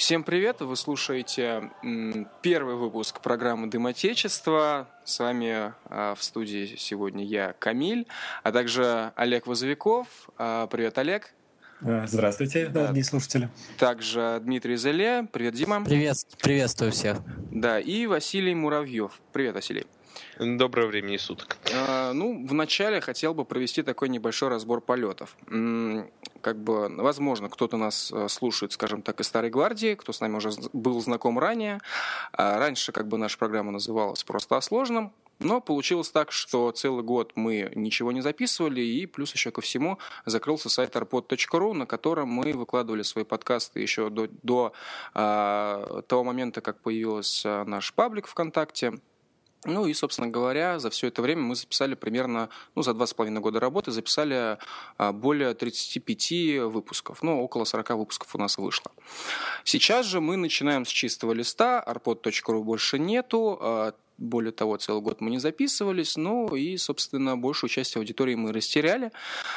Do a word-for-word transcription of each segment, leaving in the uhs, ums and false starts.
Всем привет! Вы слушаете первый выпуск программы «Дым Отечества». С вами в студии сегодня я, Камиль, а также Олег Возовиков. Привет, Олег! Здравствуйте, да. дорогие слушатели. Также Дмитрий Зеле. Привет, Дима. Привет, приветствую всех. Да, и Василий Муравьев. Привет, Василий. Доброго времени суток. А, ну, вначале хотел бы провести такой небольшой разбор полетов. М-м, как бы, возможно, кто-то нас слушает, скажем так, из Старой Гвардии, кто с нами уже был знаком ранее. А раньше, как бы, наша программа называлась «Просто о сложном». Но получилось так, что целый год мы ничего не записывали, и плюс еще ко всему закрылся сайт арпод точка ру, на котором мы выкладывали свои подкасты еще до, до а, того момента, как появился наш паблик ВКонтакте. Ну и, собственно говоря, за все это время мы записали примерно, ну, за два с половиной года работы записали более тридцати пяти выпусков, ну, около сорока выпусков у нас вышло. Сейчас же мы начинаем с чистого листа, арпод точка ру больше нету, более того, целый год мы не записывались, ну и, собственно, большую часть аудитории мы растеряли.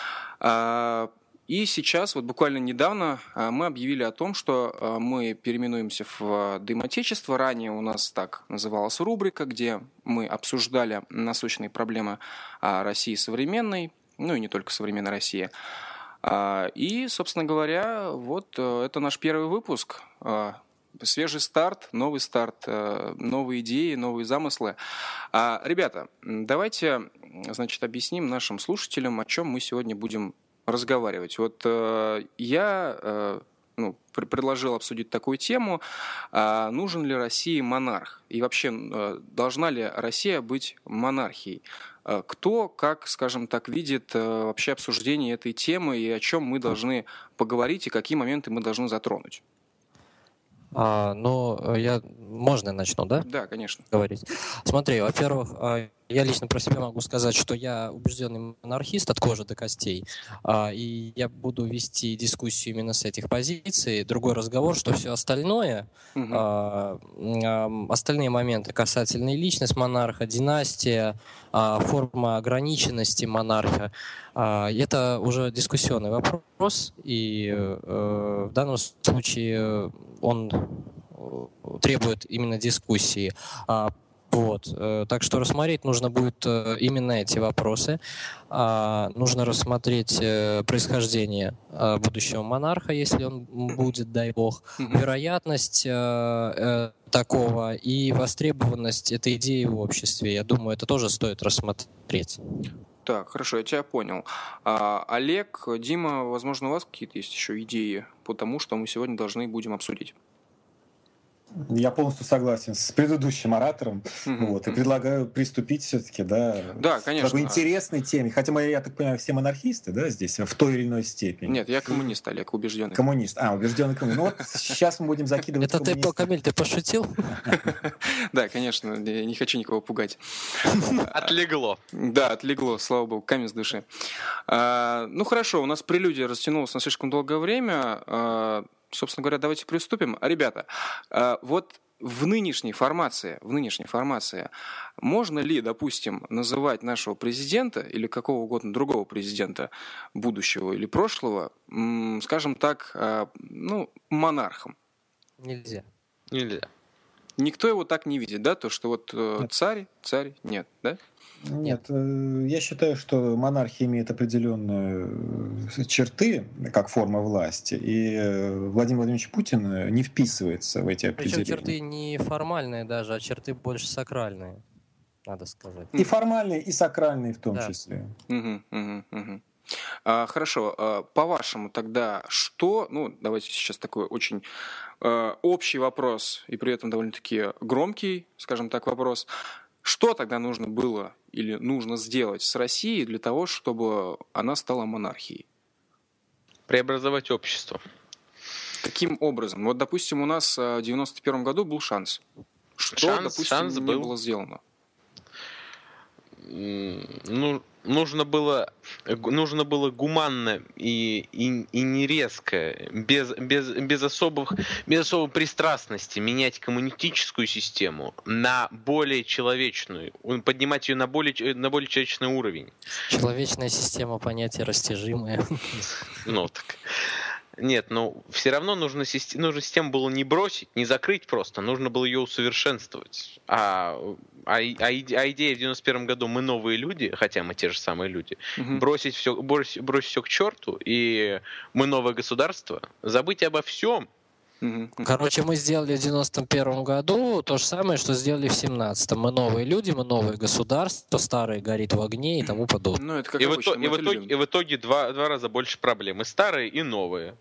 И сейчас, вот буквально недавно, мы объявили о том, что мы переименуемся в «Дым Отечества». Ранее у нас так называлась рубрика, где мы обсуждали насущные проблемы России современной, ну и не только современной России. И, собственно говоря, вот это наш первый выпуск. Свежий старт, новый старт, новые идеи, новые замыслы. Ребята, давайте, значит, объясним нашим слушателям, о чем мы сегодня будем разговаривать. Вот э, я э, ну, пр- предложил обсудить такую тему. Э, нужен ли России монарх? И вообще, э, должна ли Россия быть монархией? Э, кто, как, скажем так, видит э, вообще обсуждение этой темы и о чем мы должны поговорить и какие моменты мы должны затронуть? А, ну, я... Можно я начну, да? Да, конечно. Говорить. Смотри, во-первых, я лично про себя могу сказать, что я убежденный монархист от кожи до костей, и я буду вести дискуссию именно с этих позиций. Другой разговор, что все остальное, угу. остальные моменты касательные личность монарха, династия, форма ограниченности монарха, это уже дискуссионный вопрос, и в данном случае он требует именно дискуссии. Вот. Так что рассмотреть нужно будет именно эти вопросы. Нужно рассмотреть происхождение будущего монарха, если он будет, дай бог, вероятность такого и востребованность этой идеи в обществе. Я думаю, это тоже стоит рассмотреть. Так, хорошо, я тебя понял. А, Олег, Дима, возможно, у вас какие-то есть еще идеи по тому, что мы сегодня должны будем обсудить? Я полностью согласен с предыдущим оратором, mm-hmm. вот, и предлагаю приступить все-таки, да, да, конечно. к такой интересной теме. Хотя мы, я так понимаю, все монархисты, да, здесь в той или иной степени. Нет, я коммунист, Олег, убежденный. Коммунист, а, убежденный коммунист. Ну вот сейчас мы будем закидывать Это ты, Камиль, ты пошутил? Да, конечно, я не хочу никого пугать. Отлегло. Да, отлегло, слава богу, камень с души. Ну хорошо, у нас прелюдия растянулась на слишком долгое время. Собственно говоря, давайте приступим. Ребята, вот в нынешней формации, в нынешней формации можно ли, допустим, называть нашего президента или какого угодно другого президента будущего или прошлого, скажем так, ну, монархом? Нельзя. Нельзя. Никто его так не видит, да? То, что вот царь, царь, нет, да? Нет, я считаю, что монархия имеет определенные черты, как форма власти, и Владимир Владимирович Путин не вписывается в эти определения. Причем черты не формальные даже, а черты больше сакральные, надо сказать. И формальные, и сакральные в том да. числе. Угу, угу, угу. А, хорошо, а, по-вашему тогда что, ну давайте сейчас такой очень а, общий вопрос, и при этом довольно-таки громкий, скажем так, вопрос. Что тогда нужно было или нужно сделать с Россией для того, чтобы она стала монархией? Преобразовать общество. Каким образом? Вот, допустим, у нас в девяносто первом году был шанс. Что, шанс, допустим, шанс не был... было сделано? Ну, нужно было, нужно было гуманно и, и, и не резко, без, без, без, особых, без особой пристрастности менять коммунистическую систему на более человечную, поднимать ее на более, на более человечный уровень. Человечная система — понятие растяжимое. Ну, так. Нет, но все равно нужно, систем, нужно систему было не бросить, не закрыть просто, нужно было ее усовершенствовать. А, а, а, а идея в девяносто первом году «мы новые люди», хотя мы те же самые люди, угу. бросить, все, бросить, бросить все к черту, и мы новое государство, забыть обо всем. Короче, мы сделали в девяносто первом году то же самое, что сделали в семнадцатом. Мы новые люди, мы новое государство, старое горит в огне и тому подобное. Ну, это как и, обычно, в итоге, и, в итоге, и в итоге два, два раза больше проблем. И старые, и новые.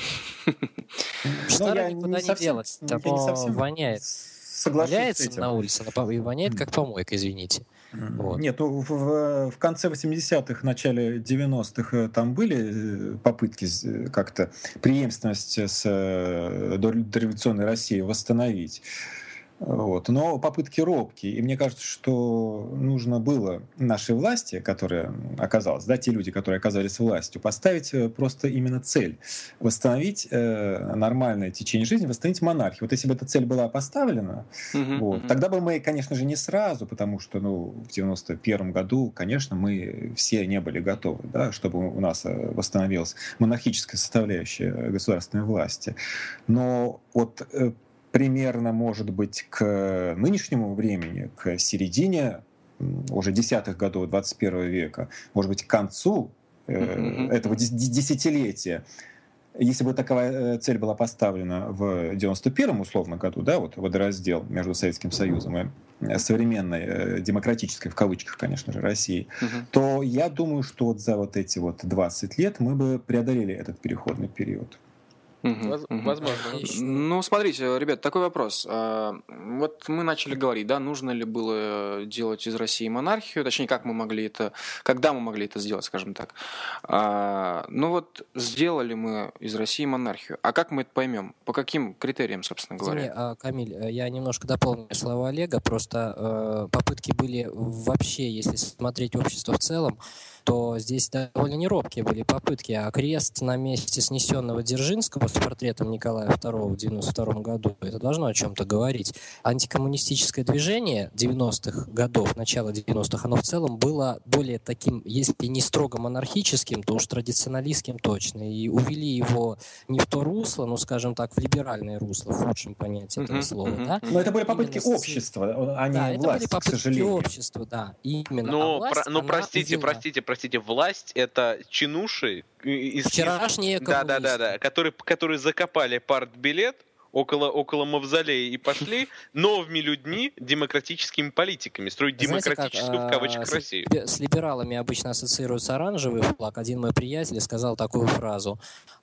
Старое никуда не делать. Оно воняет. Валяется на улице и воняет как помойка, извините. Вот. Нет, ну, в, в конце восьмидесятых, начале девяностых там были попытки как-то преемственность с дореволюционной Россией восстановить. Вот. Но попытки робкие. И мне кажется, что нужно было нашей власти, которая оказалась, да, те люди, которые оказались властью, поставить просто именно цель. Восстановить э, нормальное течение жизни, восстановить монархию. Вот если бы эта цель была поставлена, uh-huh, вот, uh-huh. тогда бы мы, конечно же, не сразу, потому что ну, в девяносто первом году, конечно, мы все не были готовы, да, чтобы у нас восстановилась монархическая составляющая государственной власти. Но вот э, примерно, может быть, к нынешнему времени, к середине уже десятых годов двадцать первого века, может быть, к концу э, mm-hmm. этого десятилетия, если бы такая цель была поставлена в девяносто первом условно году, да, вот водораздел между Советским Союзом и современной э, демократической, в кавычках, конечно же, Россией, mm-hmm. то я думаю, что вот за вот эти вот двадцать лет мы бы преодолели этот переходный период. Угу, Возможно. Ну, смотрите, ребят, такой вопрос. Вот мы начали говорить, да, нужно ли было делать из России монархию, точнее, как мы могли это, когда мы могли это сделать, скажем так. Ну вот сделали мы из России монархию, а как мы это поймем? По каким критериям, собственно говоря? Извини, Камиль, я немножко дополню слова Олега, просто попытки были вообще, если смотреть общество в целом, то здесь довольно неробкие были попытки, а крест на месте снесенного Дзержинского с портретом Николая второго в девяносто втором году, это должно о чем-то говорить. Антикоммунистическое движение девяностых годов, начало девяностых, оно в целом было более таким, если не строго монархическим, то уж традиционалистским точно, и увели его не в то русло, ну, скажем так, в либеральное русло, в худшем понятии этого слова, uh-huh. да? Но это были попытки Именно общества, а не да, власти, это были попытки к сожалению. общества, да, именно. Но, а власть, про, но простите, увела. простите, простите, власть это чинуши из вчерашние да, да, да, да, которые, которые закопали партбилет около, около мавзолея и пошли новыми людьми, демократическими политиками, строить Знаете, демократическую, как, в кавычках, с, Россию. С либералами обычно ассоциируется оранжевый флаг. Один мой приятель сказал такую фразу: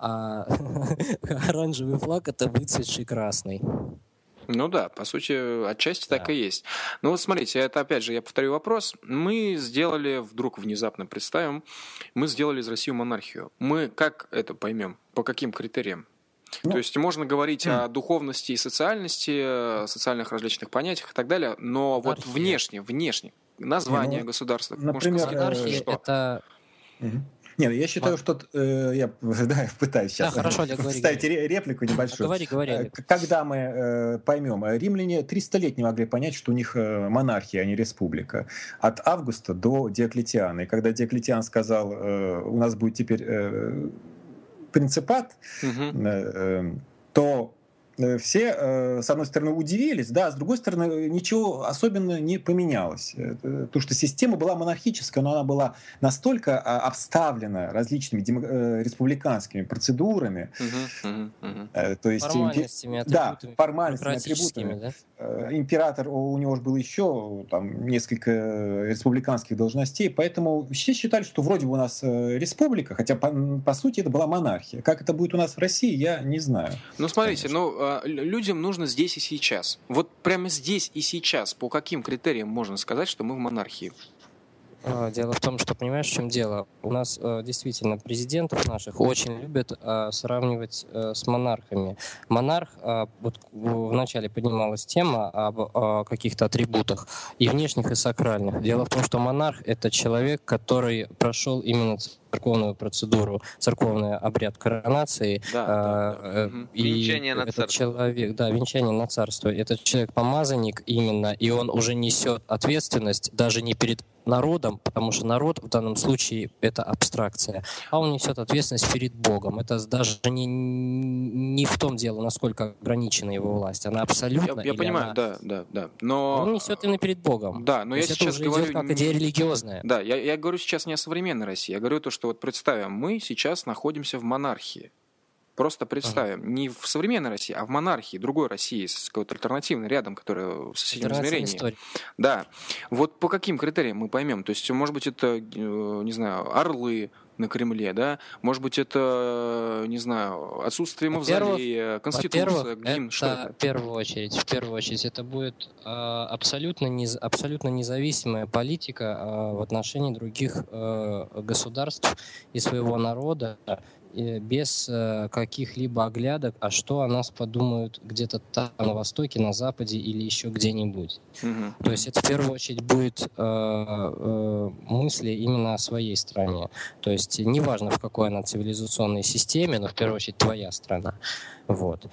оранжевый флаг — это выцветший красный. Ну да, по сути, отчасти да. так и есть. Ну вот смотрите, это опять же, я повторю вопрос. Мы сделали, вдруг внезапно представим, мы сделали из России монархию. Мы как это поймем? По каким критериям? Ну, То есть можно говорить mm. о духовности и социальности, социальных различных понятиях и так далее, но Монархия. вот внешне, внешне, название ну, государства. Например, монархия — это... Mm-hmm. Нет, я считаю, что э, я да, пытаюсь сейчас да, хорошо, вставить говори. реплику небольшую. Говори, говори. Когда мы э, поймем, римляне триста лет не могли понять, что у них э, монархия, а не республика. От Августа до Диоклетиана. И когда Диоклетиан сказал, э, у нас будет теперь э, принципат, угу. э, то все, с одной стороны, удивились, да, с другой стороны, ничего особенно не поменялось. Потому что система была монархическая, но она была настолько обставлена различными демо- республиканскими процедурами, угу, угу, угу. то есть формальностями, да, формальностями, атрибутами. Да? Император, у него же было еще там, несколько республиканских должностей, поэтому все считали, что вроде бы у нас республика, хотя по, по сути это была монархия. Как это будет у нас в России, я не знаю. Ну, смотрите, конечно. ну людям нужно здесь и сейчас. Вот прямо здесь и сейчас по каким критериям можно сказать, что мы в монархии? Дело в том, что, понимаешь, в чем дело? У нас действительно президентов наших очень любят сравнивать с монархами. Монарх, вот вначале поднималась тема об каких-то атрибутах и внешних, и сакральных. Дело в том, что монарх — это человек, который прошел именно церковную процедуру, церковный обряд коронации. Да, а, да, да. И венчание на этот царство. человек, да, венчание на царство. Этот человек помазанник именно, и он уже несет ответственность даже не перед народом, потому что народ в данном случае это абстракция, а он несет ответственность перед Богом. Это даже не, не в том дело, насколько ограничена его власть. Она абсолютно... Я, я понимаю, она... да, да, да. Но... Он несет именно перед Богом. Да, но То я есть сейчас это уже говорю... идет как идея религиозная. Да, я, я говорю сейчас не о современной России, я говорю то, что вот представим, мы сейчас находимся в монархии. Просто представим, ага. не в современной России, а в монархии, другой России, с какой-то альтернативной, рядом, которая в соседнем измерении. Да. Вот по каким критериям мы поймем? То есть, может быть, это, не знаю, орлы на Кремле, да? Может быть, это, не знаю, отсутствие мавзолея, конституция, гимн, что это? В первую очередь, в первую очередь, это будет э, абсолютно, не, абсолютно независимая политика э, в отношении других э, государств и своего народа, без э, каких-либо оглядок, а что о нас подумают где-то там на Востоке, на Западе или еще где-нибудь. Mm-hmm. То есть это в первую очередь будет э, э, мысли именно о своей стране. То есть неважно, в какой она цивилизационной системе, но в первую очередь твоя страна. Вот.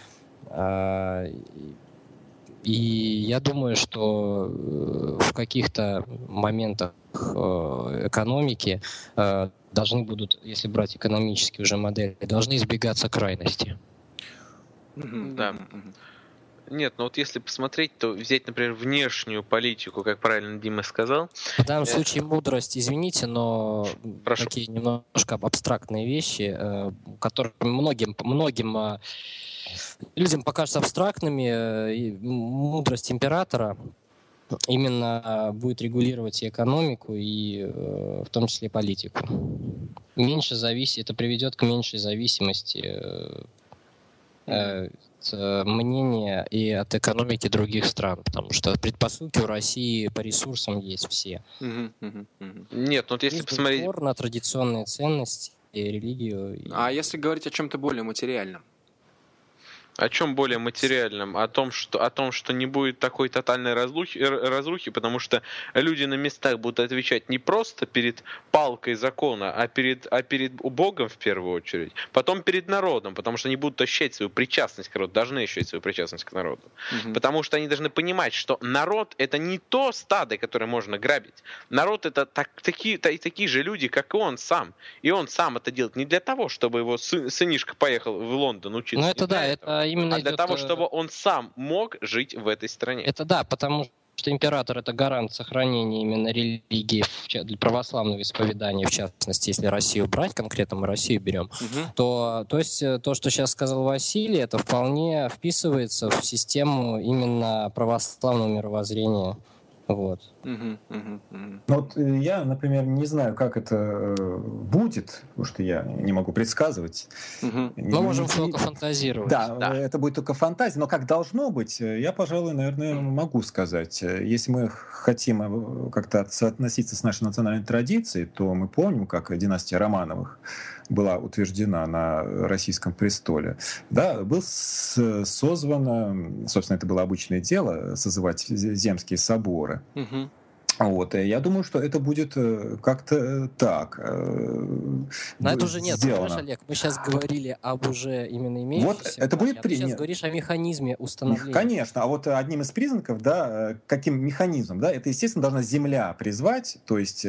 И я думаю, что в каких-то моментах экономики должны будут, если брать экономические уже модели, должны избегаться крайности. Да. Нет, но вот если посмотреть, то взять, например, внешнюю политику, как правильно Дима сказал. В данном это... случае мудрость, извините, но Прошу. Такие немножко абстрактные вещи, которые многим, многим людям покажутся абстрактными. Мудрость императора именно будет регулировать и экономику, и в том числе политику. Меньше зависит, это приведет к меньшей зависимости от мнения и от экономики других стран, потому что предпосылки у России по ресурсам есть все. Нет, ну вот если есть посмотреть... упор на традиционные ценности и религию. И... А если говорить о чем-то более материальном? О чем более материальном? О том, что, о том, что не будет такой тотальной разрухи, разрухи, потому что люди на местах будут отвечать не просто перед палкой закона, а перед, а перед Богом в первую очередь, потом перед народом, потому что они будут ощущать свою причастность к народу, должны ощущать свою причастность к народу. Угу. Потому что они должны понимать, что народ — это не то стадо, которое можно грабить. Народ — это так, такие, так, такие же люди, как и он сам. И он сам это делает не для того, чтобы его сын, сынишка поехал в Лондон учиться. Ну это да, это именно а для идет... того, чтобы он сам мог жить в этой стране. Это да, потому что император — это гарант сохранения именно религии для православного исповедания, в частности, если Россию брать, конкретно мы Россию берем, угу. то, то есть то, что сейчас сказал Василий, это вполне вписывается в систему именно православного мировоззрения. Вот. Uh-huh, uh-huh, uh-huh. Вот я, например, не знаю, как это будет, потому что я не могу предсказывать. Uh-huh. Мы можем только фантазировать. Да, да, это будет только фантазия, но как должно быть, я, пожалуй, наверное, могу сказать. Если мы хотим как-то соотноситься с нашей национальной традицией, то мы помним, как династия Романовых была утверждена на российском престоле. Да, был созвано, собственно, это было обычное дело, созывать земские соборы. Угу. Вот, я думаю, что это будет как-то так. Но это уже нет, понимаешь, Олег, мы сейчас говорили об уже именно имеющемся. Вот это будет а ты сейчас говоришь о механизме установления. Конечно, а вот одним из признаков, да, каким механизмом, да, это, естественно, должна земля призвать, то есть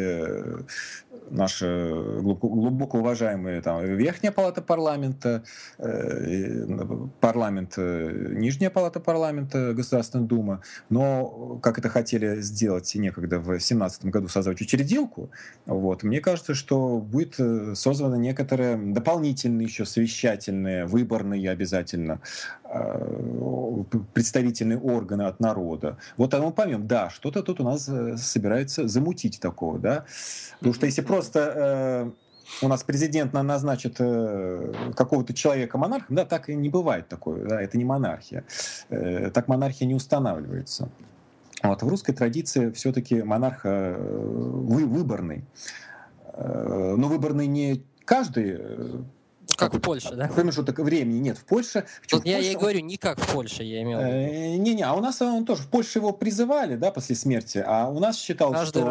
наши глубоко уважаемые там, Верхняя палата парламента, парламент, Нижняя палата парламента, Государственная дума, но как это хотели сделать некогда в семнадцатом году создать учредилку, вот, мне кажется, что будет созданы некоторые дополнительные еще совещательные, выборные обязательно представительные органы от народа. Вот мы поймем, да, что-то тут у нас собирается замутить такого, да, потому что если просто у нас президент назначит какого-то человека монархом, да, так и не бывает такое, да, это не монархия, так монархия не устанавливается. Вот, в русской традиции все-таки монарх вы, выборный. Но выборный не каждый... Как в Польше, да? Промежуток времени нет в Польше. Вот я и говорю, не как в Польше, я имел в виду. Не-не, а у нас он тоже, в Польше его призывали, да, после смерти, а у нас считалось, Каждый что... раз.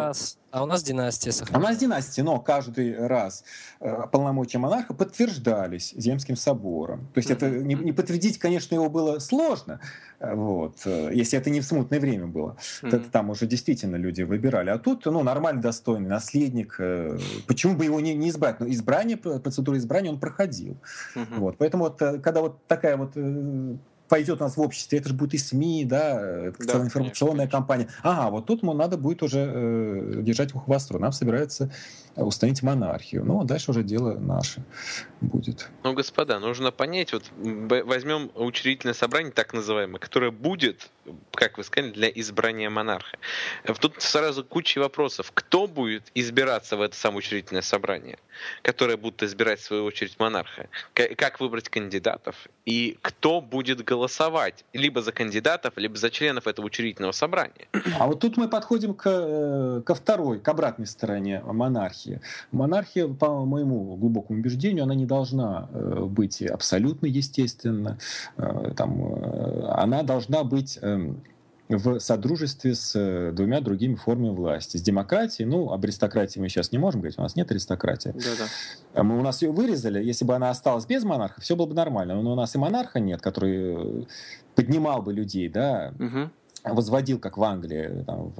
А у нас династия А у сохранилась. нас династия, но каждый раз э, полномочия монарха подтверждались Земским собором. То есть mm-hmm. это не, не подтвердить, конечно, его было сложно, вот, э, если это не в смутное время было. Mm-hmm. То, там уже действительно люди выбирали. А тут ну, нормальный, достойный наследник. Э, почему бы его не, не избрать? Ну, избрание, процедуру избрания он проходил. Mm-hmm. Вот, поэтому вот, когда вот такая вот... Э, пойдет у нас в обществе, это же будет и СМИ, да, да информационная конечно, кампания. Ага, вот тут ему надо будет уже э, держать ухо востро. Нам собирается установить монархию. Ну, а дальше уже дело наше будет. Ну, господа, нужно понять, вот возьмем учредительное собрание, так называемое, которое будет, как вы сказали, для избрания монарха. Тут сразу куча вопросов. Кто будет избираться в это самое учредительное собрание, которое будет избирать, в свою очередь, монарха? Как выбрать кандидатов? И кто будет голосовать либо за кандидатов, либо за членов этого учредительного собрания? А вот тут мы подходим к, ко второй, к обратной стороне монархии. Монархия, по моему глубокому убеждению, она не должна быть абсолютно естественна. Там, она должна быть в содружестве с двумя другими формами власти. С демократией, ну, об аристократии мы сейчас не можем говорить, у нас нет аристократии. Да-да. Мы у нас ее вырезали, если бы она осталась без монарха, все было бы нормально. Но у нас и монарха нет, который поднимал бы людей, да, угу. возводил, как в Англии, там,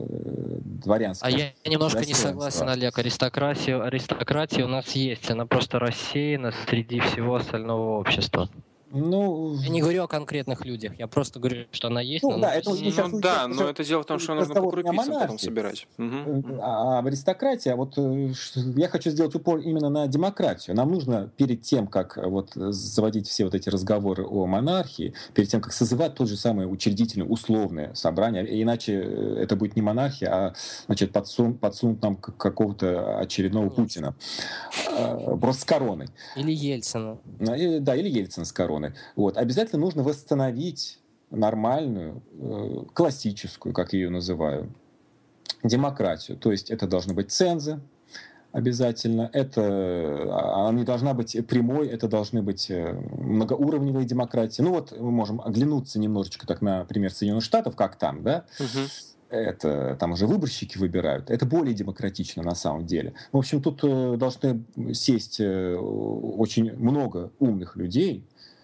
в дворянство. А я немножко не согласен, Олег. Аристократия, аристократия у нас есть, она просто рассеяна среди всего остального общества. Ну, я не говорю о конкретных людях, я просто говорю, что она есть. Ну, да, это, ну, да, но это дело в том, что нужно по крупицам потом собирать. Угу. А аристократия, вот я хочу сделать упор именно на демократию. Нам нужно перед тем, как вот заводить все вот эти разговоры о монархии, перед тем, как созывать тот же самый учредительное условное собрание, иначе это будет не монархия, а значит, подсун, подсунут нам какого-то очередного Нет. Путина. Просто с короной. Или Ельцина. Да, или Ельцина с короной. Вот. Обязательно нужно восстановить нормальную, э, классическую, как я ее называю, демократию. То есть это должны быть цензы обязательно, это, она не должна быть прямой, это должны быть многоуровневые демократии. Ну вот мы можем оглянуться немножечко так на пример Соединенных Штатов, как там, да? Угу. Это там уже выборщики выбирают. Это более демократично на самом деле. В общем, тут э, должны сесть э, очень много умных людей,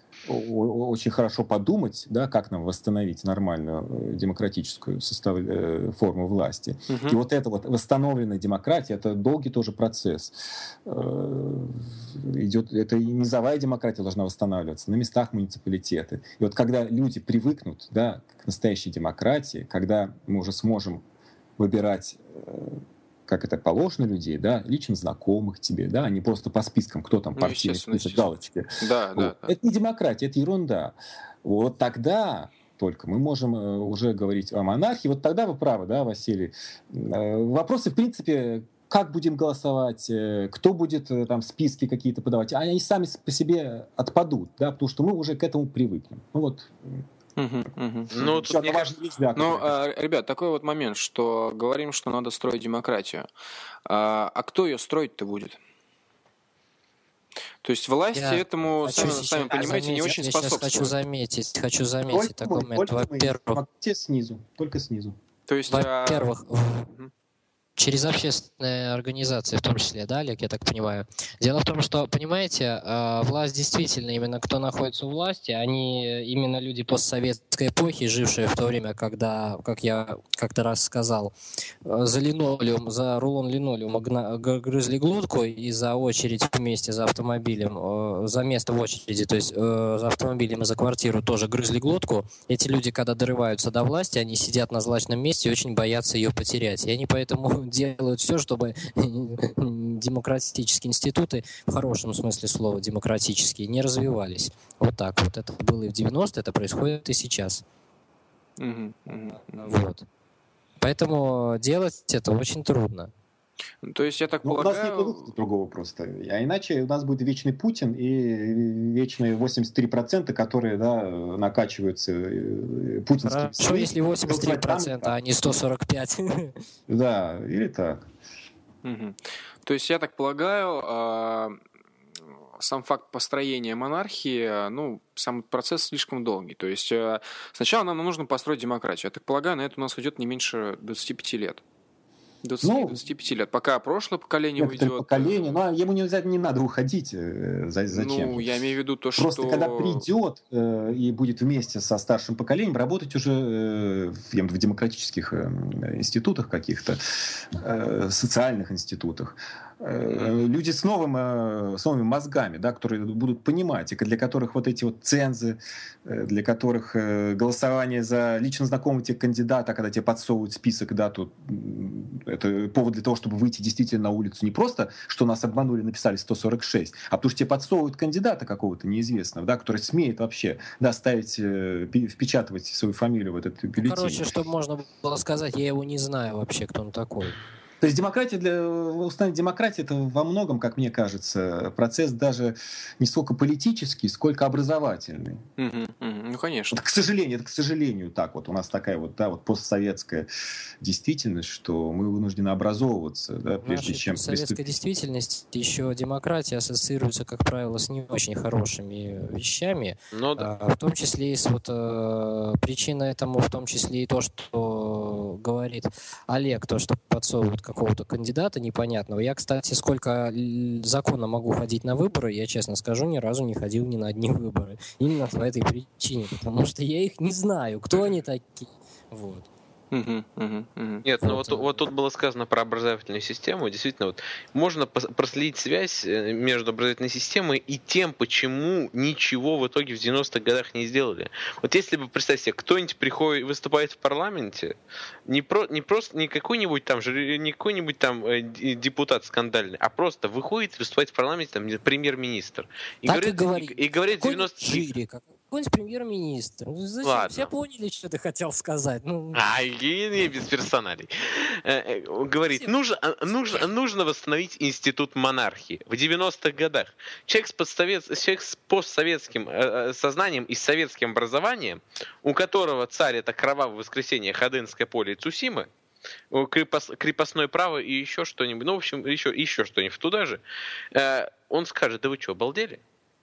очень хорошо подумать, да, как нам восстановить нормальную демократическую состав, э, форму власти. Uh-huh. И вот эта вот восстановленная демократия, это долгий тоже процесс. Э, идет, это и низовая демократия должна восстанавливаться, на местах муниципалитеты. И вот когда люди привыкнут, да, к настоящей демократии, когда мы уже сможем выбирать, э, как это положено, людей, да, лично знакомых тебе, да, а не просто по спискам, кто там партийный, ну, галочки. Да, вот. да, да. Это не демократия, это ерунда. Вот тогда только мы можем уже говорить о монархии. Вот тогда вы правы, да, Василий. Вопросы, в принципе, как будем голосовать, кто будет там списки какие-то подавать, они сами по себе отпадут, да, потому что мы уже к этому привыкнем. Ну вот. Угу, угу. Ну, тут, мне кажется... вещь, да, ну а, ребят, такой вот момент, что говорим, что надо строить демократию. А, а кто ее строить-то будет? То есть власти я этому, сами, сейчас, сами понимаете, заметить, не очень я способствуют. Я хочу заметить, хочу заметить только такой мы, момент. Во-первых, снизу, только снизу. То есть, во-первых, а... через общественные организации, в том числе, да, Олег, я так понимаю. Дело в том, что, понимаете, власть действительно, именно кто находится у власти, они именно люди постсоветской эпохи, жившие в то время, когда, как я как-то раз сказал, за линолеум, за рулон линолеума грызли глотку и за очередь вместе за автомобилем, за место в очереди, то есть за автомобилем и за квартиру тоже грызли глотку. Эти люди, когда дорываются до власти, они сидят на злачном месте и очень боятся ее потерять. И они поэтому делают все, чтобы демократические институты, в хорошем смысле слова демократические, не развивались. Вот так вот. Это было и в девяностые, это происходит и сейчас. Mm-hmm. Mm-hmm. Вот. Поэтому делать это очень трудно. То есть, я так ну, полагаю... У нас нет другого просто. А иначе у нас будет вечный Путин и вечные восемьдесят три процента, которые, да, накачиваются путинскими... Хорошо, если восемьдесят три процента, а не сто сорок пять процентов. Да, или так. Угу. То есть, я так полагаю, сам факт построения монархии, ну, сам процесс слишком долгий. То есть, сначала нам нужно построить демократию. Я так полагаю, на это у нас уйдет не меньше двадцати пяти лет. двадцати пяти лет. Пока прошлое поколение уйдет. Поколение, но ему не, не надо уходить. Зачем? Ну, я имею в виду то, Просто что... когда придет э, и будет вместе со старшим поколением работать уже э, в, в демократических э, институтах каких-то, э, социальных институтах, э, люди с, новым, э, с новыми мозгами, да, которые будут понимать, и для которых вот эти вот цензы, э, для которых э, голосование за лично знакомого тебе кандидата, когда тебе подсовывают список, да, тут это повод для того, чтобы выйти действительно на улицу. Не просто, что нас обманули, написали сто сорок шесть, а потому что тебе подсовывают кандидата какого-то неизвестного, да, который смеет вообще, да, ставить, э, впечатывать свою фамилию в этот бюллетень. Короче, чтобы можно было сказать, я его не знаю вообще, кто он такой. То есть демократия для установить демократию это во многом, как мне кажется, процесс даже не столько политический, сколько образовательный. Mm-hmm, mm-hmm. Ну, конечно. Вот, к сожалению, это к сожалению так вот у нас такая вот, да, вот постсоветская действительность, что мы вынуждены образовываться, да, прежде Значит, чем в советской приступить. действительности еще демократия ассоциируется, как правило, с не очень хорошими вещами, Ну, да. а, в том числе и с вот э, причина этому, в том числе и то, что говорит Олег, то, что подсовывают какого-то кандидата непонятного. Я, кстати, сколько законно могу ходить на выборы, я честно скажу, ни разу не ходил ни на одни выборы. Именно по этой причине, потому что я их не знаю, кто они такие. Вот. Угу, угу, угу. Нет, ну вот, вот тут было сказано про образовательную систему. Действительно, вот можно проследить связь между образовательной системой и тем, почему ничего в итоге в девяностых годах не сделали. Вот если бы, представьте себе, кто-нибудь приходит, выступает в парламенте, не, про, не просто не какой-нибудь там, не какой-нибудь там депутат скандальный, а просто выходит и выступает в парламенте там премьер-министр. И так говорит, и говорит. И, и говорит девяностые... Какой-нибудь премьер-министр. Ну, зачем? Ладно. Все поняли, что ты хотел сказать. Ну... А, и не без персоналей. Говорит, нужно, нужно, нужно восстановить институт монархии. В девяностых годах человек с, подсовет... человек с постсоветским сознанием и с советским образованием, у которого царь это кровавое воскресенье, Ходынское поле и Цусима, крепос... крепостное право и еще что-нибудь, ну, в общем, еще, еще что-нибудь туда же, он скажет, да вы что, обалдели?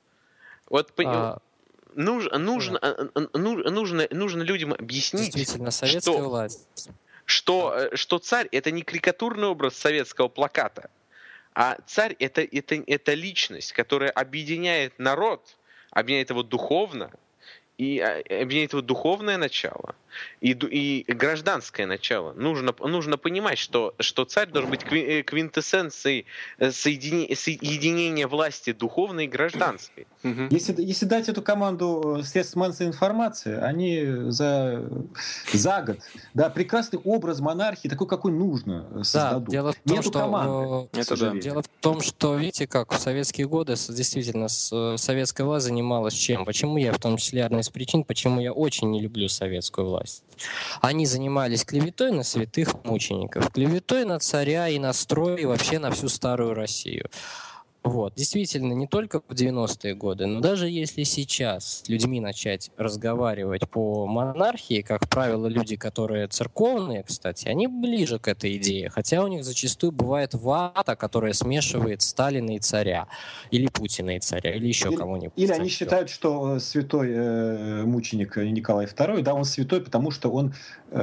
Вот, а... Нужно, нужно, нужно, нужно людям объяснить, действительно, советская что, власть. Что, что царь это не карикатурный образ советского плаката, а царь это, это, это личность, которая объединяет народ, объединяет его духовно, и объединяет его духовное начало и, и гражданское начало. Нужно, нужно понимать, что, что царь должен быть квинтэссенцией соединения, соединения власти духовной и гражданской. Угу. Если, если дать эту команду средств массовой информации, они за, за год да, прекрасный образ монархии, такой, какой нужно, создадут. Да, дело в том, Нету что, команды, это да. Дело в том, что, видите, как в советские годы действительно советская власть занималась чем? Почему я, в том числе, одна из причин, почему я очень не люблю советскую власть. Они занимались клеветой на святых мучеников, клеветой на царя и на строй, и вообще на всю старую Россию. Вот. Действительно, не только в девяностые годы, но даже если сейчас с людьми начать разговаривать по монархии, как правило, люди, которые церковные, кстати, они ближе к этой идее, хотя у них зачастую бывает вата, которая смешивает Сталина и царя, или Путина и царя, или еще или, кого-нибудь. Или они считают, что святой э, мученик Николай второй, да, он святой, потому что он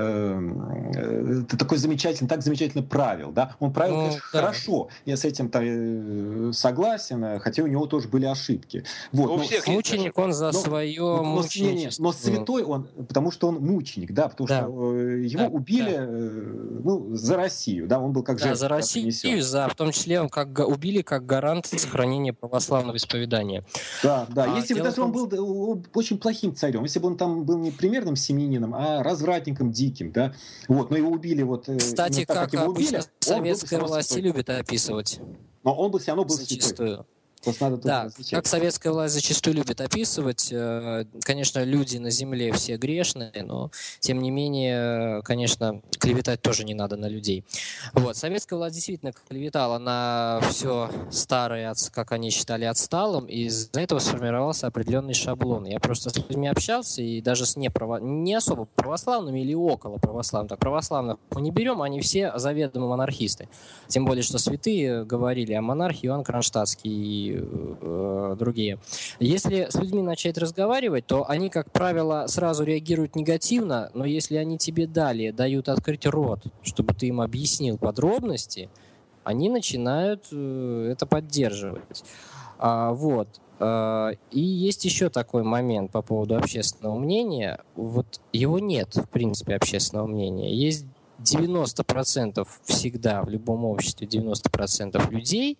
э, э, такой замечательный, так замечательно правил, да, он правил, ну, конечно, да. хорошо, я с этим-то э, согласен, хотя у него тоже были ошибки. Вот. Но всех мученик, он за но, свое но, мученичество. Но святой он, потому что он мученик, да, потому да. что его да. убили да. ну, за Россию, да, он был как жертва. Да, за Россию, за, в том числе он как убили как гарант сохранения православного исповедания. Да, да. А если бы даже том... он был очень плохим царем, если бы он там был не примерным семьянином, а развратником диким, да, вот, но его убили вот. Кстати, так, как, как обычно убили, советская власть любит описывать. Но он бы все равно был зачастую. Надо да, как советская власть зачастую любит описывать. Конечно, люди на земле все грешные, но, тем не менее, конечно, клеветать тоже не надо на людей. Вот. Советская власть действительно клеветала на все старое, как они считали, отсталым, и из-за этого сформировался определенный шаблон. Я просто с людьми общался, и даже с неправо... не особо православными или около православных. Так, православных мы не берем, они все заведомо монархисты. Тем более, что святые говорили о монархии, Иоанн Кронштадтский, и э, другие. Если с людьми начать разговаривать, то они, как правило, сразу реагируют негативно, но если они тебе далее дают открыть рот, чтобы ты им объяснил подробности, они начинают э, это поддерживать. А, вот. А, и есть еще такой момент по поводу общественного мнения. Вот его нет, в принципе, общественного мнения. Есть девяносто процентов всегда в любом обществе, девяносто процентов людей,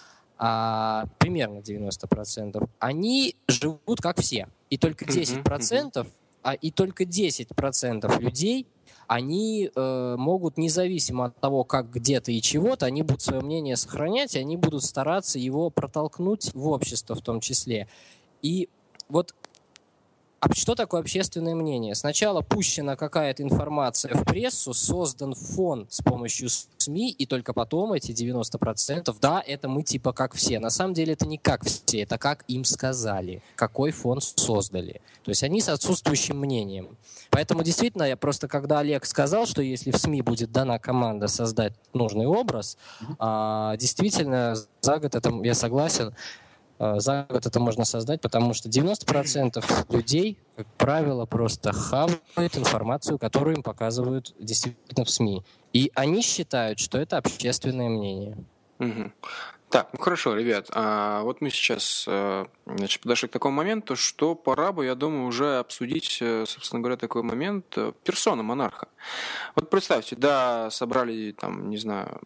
а, примерно девяносто процентов, они живут как все. И только десять процентов, а и только десять процентов людей, они э, могут, независимо от того, как где-то и чего-то, они будут свое мнение сохранять, и они будут стараться его протолкнуть в общество в том числе. И вот а что такое общественное мнение? Сначала пущена какая-то информация в прессу, создан фон с помощью СМИ, и только потом эти девяносто процентов, да, это мы типа как все. На самом деле это не как все, это как им сказали, какой фон создали. То есть они с отсутствующим мнением. Поэтому действительно, я просто, когда Олег сказал, что если в СМИ будет дана команда создать нужный образ, mm-hmm. действительно, за год это, я согласен, за год это можно создать, потому что девяносто процентов людей, как правило, просто хавают информацию, которую им показывают действительно в СМИ. И они считают, что это общественное мнение. Угу. Так, ну хорошо, ребят, а вот мы сейчас значит, подошли к такому моменту, что пора бы, я думаю, уже обсудить, собственно говоря, такой момент персона монарха. Вот представьте, да, собрали там, не знаю,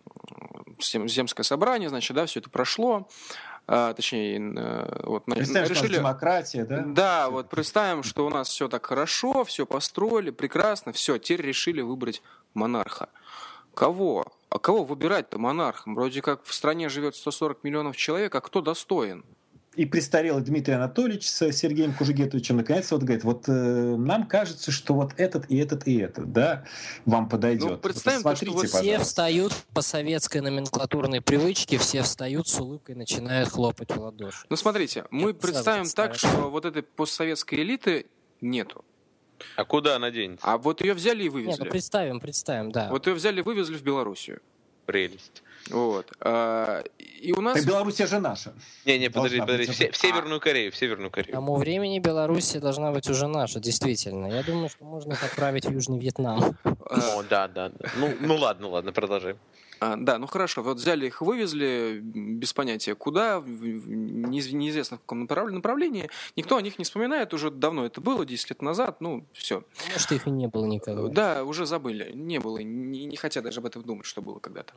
земское собрание, значит, да, все это прошло. А, точнее, вот, представим, решили... что демократия, да? Да, все. Вот представим, что у нас все так хорошо, все построили, прекрасно, все, теперь решили выбрать монарха. Кого? А кого выбирать-то монархом? Вроде как в стране живет сто сорок миллионов человек, а кто достоин? И престарелый Дмитрий Анатольевич с Сергеем Кужугетовичем наконец вот говорит, вот э, нам кажется, что вот этот и этот и этот, да, вам подойдет. Ну, представим, вот, что вот все встают по советской номенклатурной привычке, все встают с улыбкой и начинают хлопать в ладоши. Ну, смотрите, мы Это представим так, что вот этой постсоветской элиты нету. А куда она денется? А вот ее взяли и вывезли. Нет, ну представим, представим, да. Вот ее взяли и вывезли в Белоруссию. Прелесть. Вот. А, и у нас... Так Белоруссия же наша. Не-не, подожди, подожди. В, в Северную Корею, в Северную Корею. К тому времени Белоруссия должна быть уже наша, действительно. Я думаю, что можно их отправить в Южный Вьетнам. О, да, да, да. Ну, ну ладно, ладно, продолжаем. А, да, ну хорошо, вот взяли их, вывезли, без понятия куда, неизвестно в каком направлении. Никто о них не вспоминает, уже давно это было, десять лет назад, ну, все. Может, их и не было никогда. Да, уже забыли, не было, не, не хотят даже об этом думать, что было когда-то.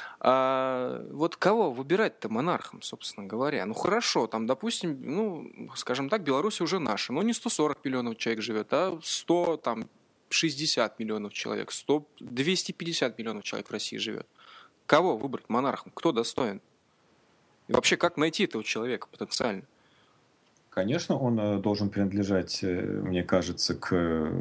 А, вот кого выбирать-то монархом, собственно говоря? Ну, хорошо, там, допустим, ну, скажем так, Беларусь уже наша, но не сто сорок миллионов человек живет, а сто, там, шестьдесят миллионов человек, сто, двести пятьдесят миллионов человек в России живет. Кого выбрать монархом? Кто достоин? И вообще, как найти этого человека потенциально? Конечно, он должен принадлежать, мне кажется, к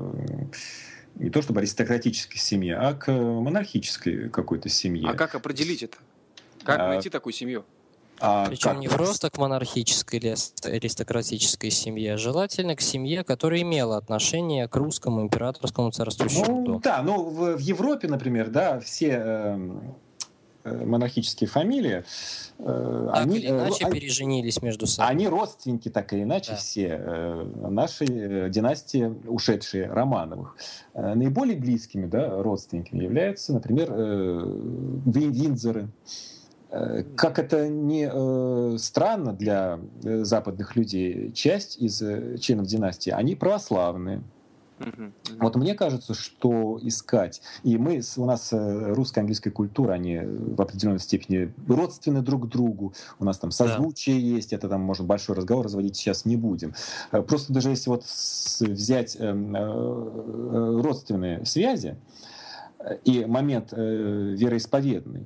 не то чтобы аристократической семье, а к монархической какой-то семье. А как определить это? Как а... найти такую семью? А Причем как? Не просто к монархической или аристократической семье, а желательно к семье, которая имела отношение к русскому императорскому царству. Ну, да, ну в, в Европе, например, да, все э, монархические фамилии, э, так они, или иначе э, переженились между собой. Они родственники, так или иначе, да. все э, нашей династии, ушедшие Романовых. Э, наиболее близкими, да, родственниками являются, например, э, Виндзоры. Как это не э, странно для э, западных людей, часть из э, членов династии, они православные. Mm-hmm. Mm-hmm. Вот мне кажется, что искать, и мы, у нас э, русская английская культура, они в определенной степени родственны друг другу, у нас там созвучие yeah. есть, это там можно большой разговор разводить, сейчас не будем. Просто даже если вот взять э, э, родственные связи и момент э, вероисповедный,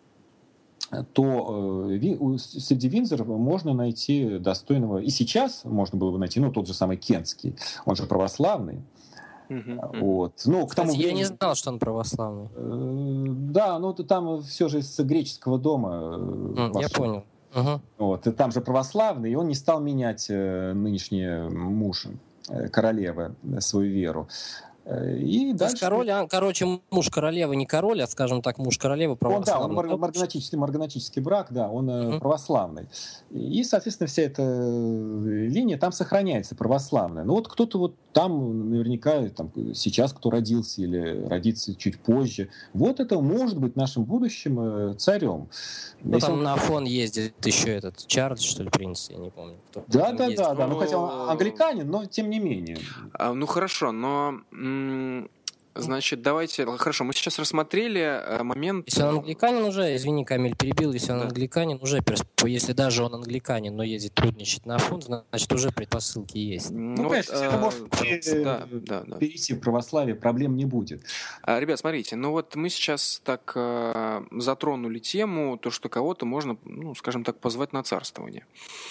то э, среди Виндзоров можно найти достойного, и сейчас можно было бы найти, ну, тот же самый Кентский, он же православный. Uh-huh. Вот. Ну, к тому Кстати, времени... я не знал, что он православный. Э, да, ну, там все же из греческого дома mm, Я понял. Uh-huh. Вот. И там же православный, и он не стал менять э, нынешний муж э, королевы свою веру. И То есть король, а, короче, муж королевы не король, а, скажем так, муж королевы православный. Он, да, он марганатический, марганатический брак, да, он uh-huh. православный. И, соответственно, вся эта линия там сохраняется, православная. Но вот кто-то вот там наверняка там, сейчас, кто родился или родится чуть позже, вот это может быть нашим будущим царем. Ну, там он... на Афон ездит еще этот Чарльз, что ли, принц, я не помню. Кто да, да, да, да, ну хотя он англиканин, но тем не менее. А, ну хорошо, но м- значит, давайте, хорошо, мы сейчас рассмотрели момент. Если он англиканин уже, извини, Камиль перебил, если он да. англиканин уже, если даже он англиканин, но ездит трудничать на Афон, значит уже предпосылки есть. Ну, ну конечно, вот, это а, может перейти, да, да, да. перейти в православие, проблем не будет. А, ребят, смотрите, ну вот мы сейчас так э, затронули тему, то, что кого-то можно, ну, скажем так, позвать на царствование.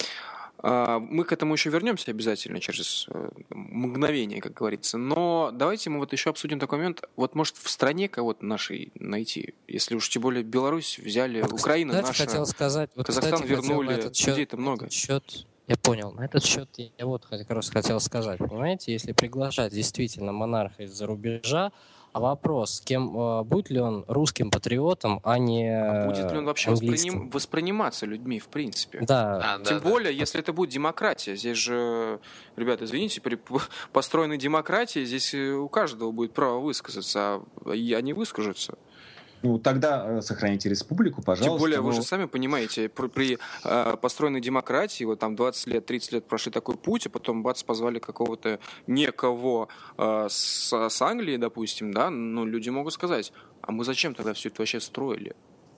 Мы к этому еще вернемся обязательно через мгновение, как говорится. Но давайте мы вот еще обсудим такой момент. Вот может в стране кого-то нашей найти, если уж тем более Беларусь взяли, вот, Украина кстати, наша, хотел сказать, вот, Казахстан кстати, вернули, людей-то счет, много. Счет, я понял. На этот счет я вот как раз хотел сказать. Понимаете, если приглашать действительно монарха из-за рубежа, а вопрос, кем будет ли он русским патриотом, а не а будет ли он вообще восприним, восприниматься людьми, в принципе? Да. А, Тем да, более, да. если это будет демократия. Здесь же, ребята, извините, при построенной демократии здесь у каждого будет право высказаться, а они выскажутся. Ну, тогда сохраните республику, пожалуйста. Тем более, но... вы же сами понимаете, при, при э, построенной демократии, вот там двадцать лет, тридцать лет прошли такой путь, а потом, бац, позвали какого-то некого э, с, с Англии, допустим, да, ну, люди могут сказать, а мы зачем тогда все это вообще строили?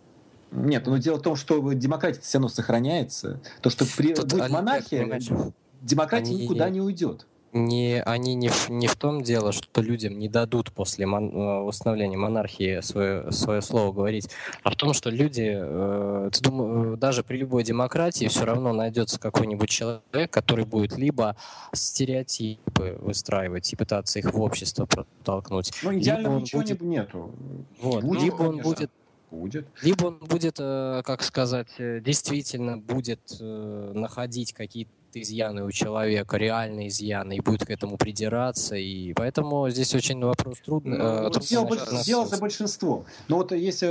Нет, но дело в том, что демократия все равно сохраняется. То, что при... будет монархия, демократия Они... никуда не уйдет. Не, они не в, не в том дело, что людям не дадут после мон, установления монархии свое, свое слово говорить, а в том, что люди, э, ты думаю, даже при любой демократии все равно найдется какой-нибудь человек, который будет либо стереотипы выстраивать и пытаться их в общество протолкнуть. Ну, идеального ничего будет... нету. Вот. Будет, либо он конечно. будет Будет. Либо он будет, как сказать, действительно будет находить какие-то изъяны у человека, реальные изъяны, и будет к этому придираться, и поэтому здесь очень вопрос трудный. Ну, вот дело, дело за большинство. Но вот если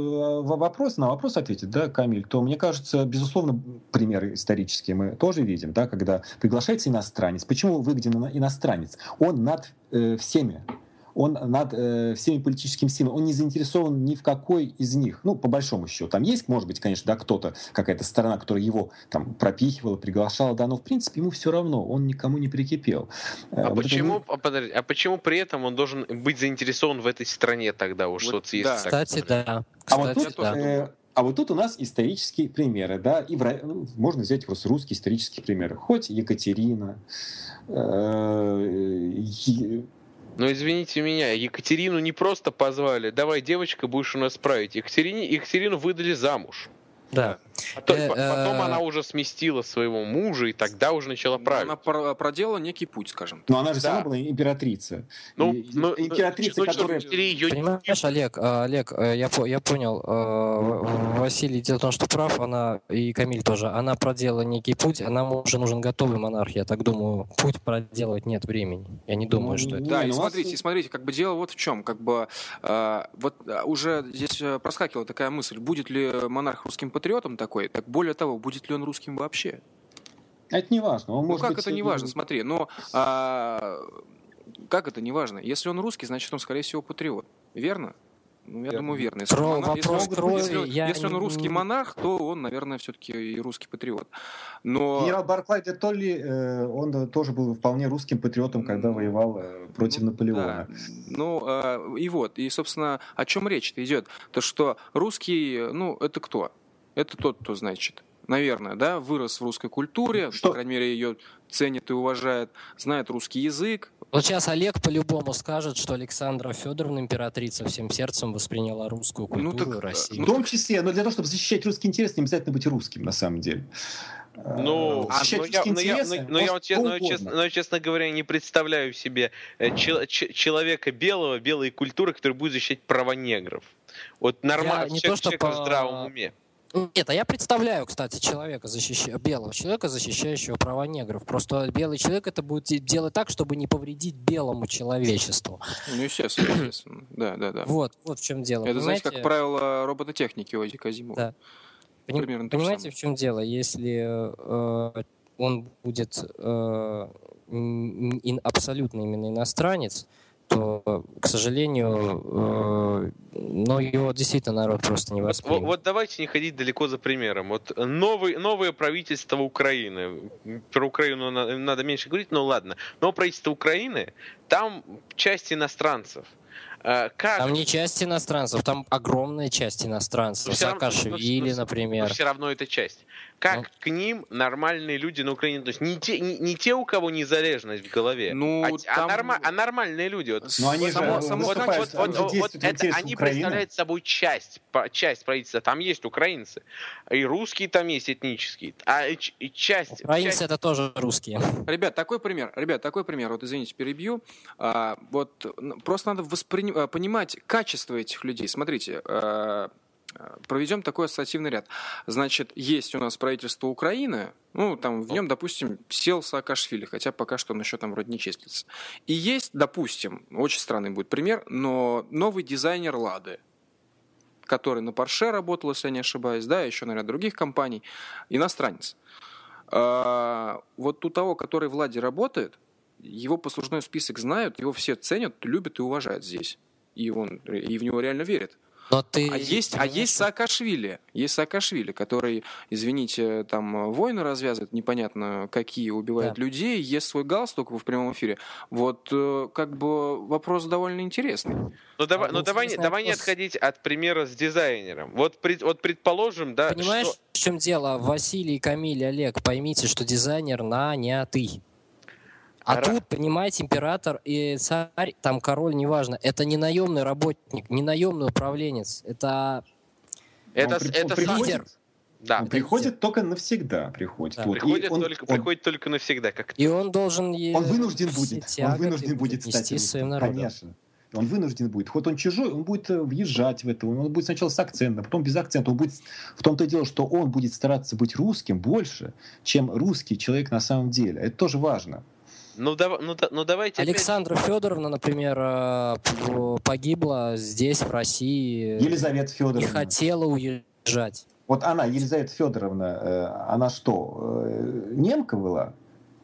вопрос, на вопрос ответить, да, Камиль, то, мне кажется, безусловно, примеры исторические мы тоже видим, да, когда приглашается иностранец. Почему выгоден иностранец? Он над э, всеми. Он над э, всеми политическими силами, он не заинтересован ни в какой из них. Ну, по большому счету. Там есть, может быть, конечно, да, кто-то, какая-то сторона, которая его там пропихивала, приглашала, да, но, в принципе, ему все равно, он никому не прикипел. А, вот почему, это... а, подожди, а почему при этом он должен быть заинтересован в этой стране тогда уж? Вот, вот, да. Кстати, так... да. Кстати, а вот тут... да. Э, А вот тут у нас исторические примеры, да, и в, ну, можно взять просто русские исторические примеры. Хоть Екатерина, э, Ну, извините меня, Екатерину не просто позвали, давай, девочка, будешь у нас править. Екатерине, Екатерину выдали замуж. Да. Потом, потом она уже сместила своего мужа, и тогда уже начала править. Она проделала некий путь, скажем. Но она же да. сама была императрица. Ну, и, ну, императрица, ну, которая... Ее... Понимаешь, Олег, Олег, я, я понял, Василий, дело в том, что прав, она, и Камиль тоже, она проделала некий путь, а нам уже нужен готовый монарх, я так думаю, путь проделывать нет времени. Я не думаю, ну, что это... Да, и смотрите, смотрите, как бы дело вот в чем, как бы вот уже здесь проскакивала такая мысль, будет ли монарх русским патриотом такой, так более того, будет ли он русским вообще? Это не важно. Он ну может как быть... это не важно? Смотри, но а, как это не важно? Если он русский, значит он, скорее всего, патриот. Верно? Ну, я верно. думаю, верно. Если, Про, он, монарх, вопрос, если, про, если, я если он не... русский монарх, то он, наверное, все-таки и русский патриот. Но... Генерал Барклай де Толли, он тоже был вполне русским патриотом, когда воевал против ну, Наполеона. Да. Ну, и вот. И, собственно, о чем речь-то идет? То, что русский, ну, это кто? Это тот, кто, значит, наверное, да, вырос в русской культуре, что? По крайней мере, ее ценит и уважает, знает русский язык. Вот сейчас Олег по-любому скажет, что Александра Федоровна, императрица, всем сердцем восприняла русскую культуру ну, так, России. В том числе, но для того, чтобы защищать русский интерес, не обязательно быть русским, на самом деле. Ну, а, но, я, но, я, но, но, я, честно, но, честно, но, честно говоря, не представляю себе ч, ч, человека белого, белой культуры, который будет защищать права негров. Вот нормально, человек, человек по... в здравом уме. Нет, а я представляю, кстати, человека, защища... белого человека, защищающего права негров. Просто белый человек это будет делать так, чтобы не повредить белому человечеству. Ну, естественно, естественно. Да, да, да. Вот, вот в чем дело. Это, понимаете? знаете, как правило робототехники Ози Казимова. Да. Примерно Понимаете, в чем дело? Если э, он будет э, ин, абсолютно именно иностранец, то, к сожалению, э, но его действительно народ просто не воспримет. Вот, вот давайте не ходить далеко за примером. Вот новый, новое правительство Украины. Про Украину надо, надо меньше говорить, но ладно. Новое правительство Украины, там часть иностранцев. Как... Там не часть иностранцев, там огромная часть иностранцев. Саакашвили, но, например. Но все равно это часть. Как ну. к ним нормальные люди на Украине, то есть не те, не, не те, у кого незалежность в голове, ну, а, там... а, норма, а нормальные люди. Вот, но они само, же само, вот, вот, вот, вот, вот это, они представляют собой часть, часть правительства. Там есть украинцы, и русские там есть этнические, а и часть. Украинцы часть... это тоже русские. Ребят, такой пример. Ребят, такой пример. Вот извините, перебью. А, вот просто надо воспри... понимать качество этих людей. Смотрите. А... Проведем такой ассоциативный ряд. Значит, есть у нас правительство Украины, ну, там в нем, допустим, сел Саакашвили, хотя пока что он еще там вроде не числится. И есть, допустим, очень странный будет пример, но новый дизайнер Лады, который на Porsche работал, если я не ошибаюсь, да, еще на ряд других компаний, иностранец. А, вот у того, который в Ладе работает, его послужной список знают, его все ценят, любят и уважают здесь. И, он, и в него реально верят. Но ты... А есть, а есть Саакашвили, есть Саакашвили, который, извините, там войны развязывает, непонятно какие, убивает да. людей, ест свой галстук в прямом эфире. Вот как бы вопрос довольно интересный. Ну давай, а ну, давай, не, давай не отходить от примера с дизайнером. Вот, пред, вот предположим, да. Понимаешь, что... в чем дело? Василий, Камиль, Олег, поймите, что дизайнер нанятый. А Ра... тут, понимаете, император и царь, там король, неважно, это не наемный работник, не наемный управленец, это, это, при, это приходит, да. он приходит только навсегда, приходит. Да. Вот. Приходит, он, только, он, приходит только навсегда. Как и он должен... Он вынужден будет, он вынужден будет стать своим народом. Конечно. Он вынужден будет. Хоть он чужой, он будет въезжать в это. Он будет сначала с акцентом, потом без акцента. Он будет... В том-то и дело, что он будет стараться быть русским больше, чем русский человек на самом деле. Это тоже важно. Ну, да, ну, да, ну давайте. Александра опять... Федоровна, например, погибла здесь, в России. Елизавета Федоровна. Не хотела уезжать. Вот она, Елизавета Федоровна, она что, немка была?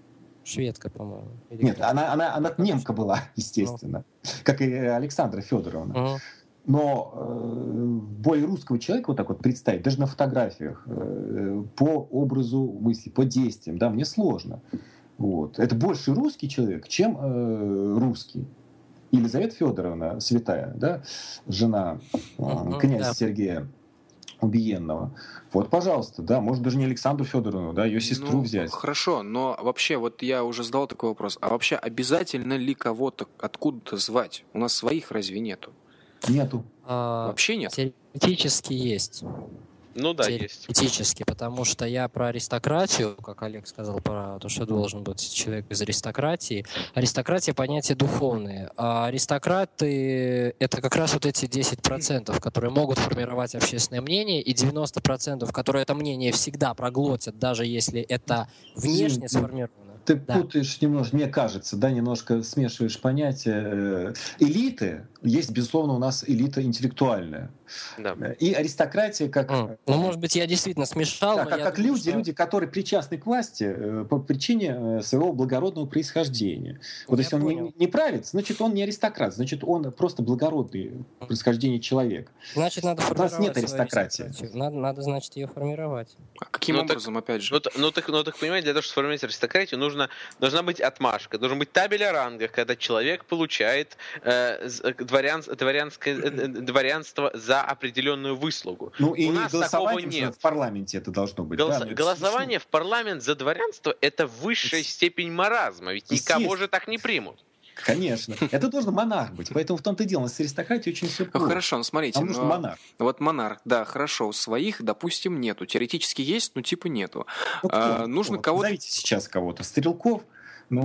Шведка, по-моему. Или Нет, она, она, она немка была, естественно. Ну. Как и Александра Федоровна. Угу. Но э, более русского человека вот так вот представить, даже на фотографиях, э, по образу мысли, по действиям, да, мне сложно. Вот. Это больше русский человек, чем э, русский. Елизавета Федоровна, святая, да, жена э, князя да. Сергея Убиенного. Вот, пожалуйста, да, может даже не Александру Федоровну, да, ее сестру ну, взять. Хорошо, но вообще, вот я уже задал такой вопрос, а вообще обязательно ли кого-то откуда-то звать? У нас своих разве нету? Нету. А, вообще нет? Теоретически есть. Ну да, есть. Теоретически, потому что я про аристократию, как Олег сказал, про то, что должен быть человек из аристократии. Аристократия — понятие духовное. А аристократы — это как раз вот эти десять процентов, которые могут формировать общественное мнение, и девяносто процентов, которые это мнение всегда проглотят, даже если это внешне сформировано. Ты да. путаешь немножко, мне кажется, да, немножко смешиваешь понятия. Элиты, есть, безусловно, у нас элита интеллектуальная. Да. И аристократия как... Mm. Ну, может быть, я действительно смешал. Да, как, как думаю, люди, что... люди, которые причастны к власти по причине своего благородного происхождения. Вот я если понял. он не, не правит, значит, он не аристократ, значит, он просто благородный происхождение человека. Значит, надо формировать. У нас нет аристократии. Надо, надо, значит, ее формировать. А каким ну, образом, так, опять же? Ну, ну, так, ну, так понимаете, для того, чтобы сформировать аристократию, нужно, должна быть отмашка, должен быть табель о рангах, когда человек получает э, дворян, дворянское, э, дворянство за определенную выслугу. Ну и у нас такого нет. В парламенте это должно быть. Голос, да, голосование в парламент за дворянство — это высшая это... степень маразма, ведь никого же так не примут. Конечно. Это должен монарх быть. Поэтому в том-то и дело, с аристократией очень все плохо. Хорошо, ну смотрите. Нам нужен монарх. Вот монарх, да, хорошо. Своих, допустим, нету. Теоретически есть, но типа нету. Ну, а, нужно вот, кого-то... Назовите сейчас кого-то. Стрелков, Ну,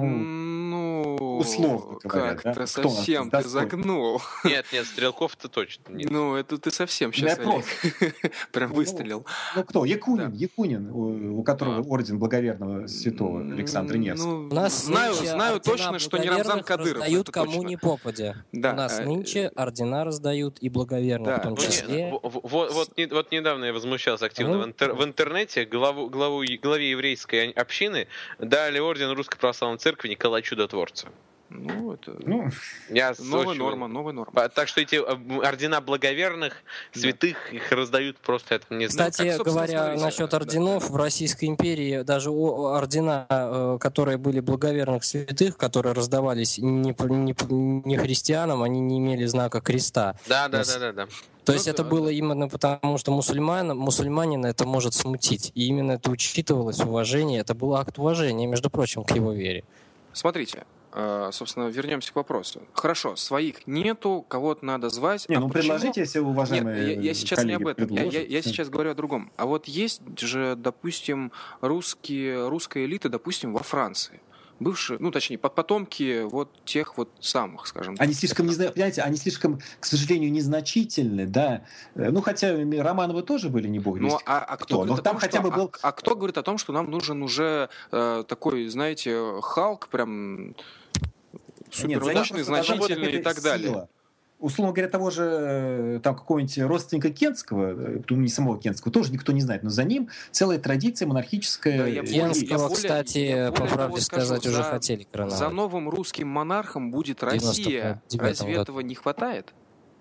ну условно говоря, как-то да? совсем ты загнул. Нет, нет, Стрелков-то точно нет. Ну, это ты совсем сейчас прям выстрелил. Ну, кто? Якунин, Якунин, у, у которого А. орден благоверного святого Александра Невского. Ну, У нас знаю, нынче знаю ордена точно, что не Рамзан благоверных Кадыров. раздают это кому точно. ни попадя. Да, У нас э, нынче ордена раздают и благоверных да. в том Ну, Ну, не, числе. в- в- вот, вот, не- вот недавно я возмущался активно Ну, в, интер- в интернете. Главу, главу, главе еврейской общины дали орден Русской Православной Церкви Николая Чудотворца. Ну, это Ну, Я новая очень- норма, новая норма. По- Так что эти э, ордена благоверных, святых, их раздают просто это не знаю. Кстати как, собственно, говоря, смотрите, насчет да. орденов, в Российской империи даже о- ордена, э, которые были благоверных святых, которые раздавались не, п- не, п- не христианам, они не имели знака креста. Да, да, Нас- да, да, да. То Ну, есть это да, было да. именно потому, что мусульман, мусульманина это может смутить. И именно это учитывалось, уважение, это был акт уважения, между прочим, к его вере. Смотрите, э, собственно, вернемся к вопросу. Хорошо, своих нету, кого-то надо звать. не, а ну почему? предложите, если Нет, уважаемые я, я сейчас не об коллеги этом. Я, я- предложат. я сейчас говорю о другом. А вот есть же, допустим, русские, русская элита, допустим, во Франции. Бывшие, ну, точнее, под потомки вот тех вот самых, скажем так. Они слишком, не, зна- понимаете, они слишком, к сожалению, незначительны, да. Э, Ну, хотя Романовы тоже были, не бог Ну, весть а, а кто кто, говорит но о там том, хотя что, бы был... а, а кто говорит о том, что нам нужен уже э, такой, знаете, Халк, прям Нет, супермощный, за ним просто значительный и работает так сила. далее. Условно говоря, того же э, там какого-нибудь родственника Кенского, э, ну, не самого Кенского, тоже никто не знает, но за ним целая традиция монархическая. Да, я э, более- я Кенского, более- кстати, я по более правде того скажу, сказать, уже за- хотели короновать. За новым русским монархом будет девяносто Россия. девятом Разве году. этого не хватает?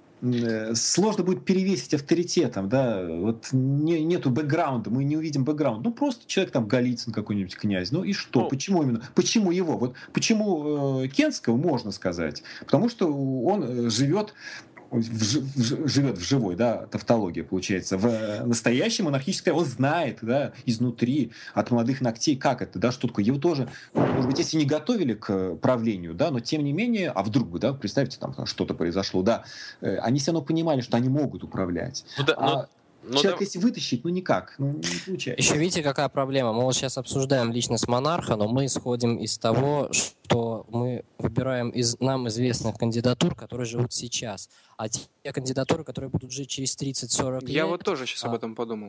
Э, Сложно будет перевесить авторитетом, да, вот не- нету бэкграунда, мы не увидим бэкграунд, ну просто человек там Голицын какой-нибудь князь, ну и что, Ну. почему именно, почему его, вот почему э, Кенского можно сказать, потому что он э, живет в жи- в жи- живет в живой, да, тавтология получается, в э, настоящей монархической, он знает, да, изнутри, от молодых ногтей, как это, да, что такое. Его тоже, может быть, если не готовили к правлению, да, но тем не менее, а вдруг бы, да, представьте, там что-то произошло, да, э, они все равно понимали, что они могут управлять. Ну, да, А ну, ну, человек, да- если вытащить, ну никак, ну не получается. Еще видите, какая проблема? Мы вот сейчас обсуждаем личность монарха, но мы исходим из того, что мы выбираем из нам известных кандидатур, которые живут сейчас. А те кандидатуры, которые будут жить через тридцать-сорок лет... Я вот тоже сейчас об а, этом подумал.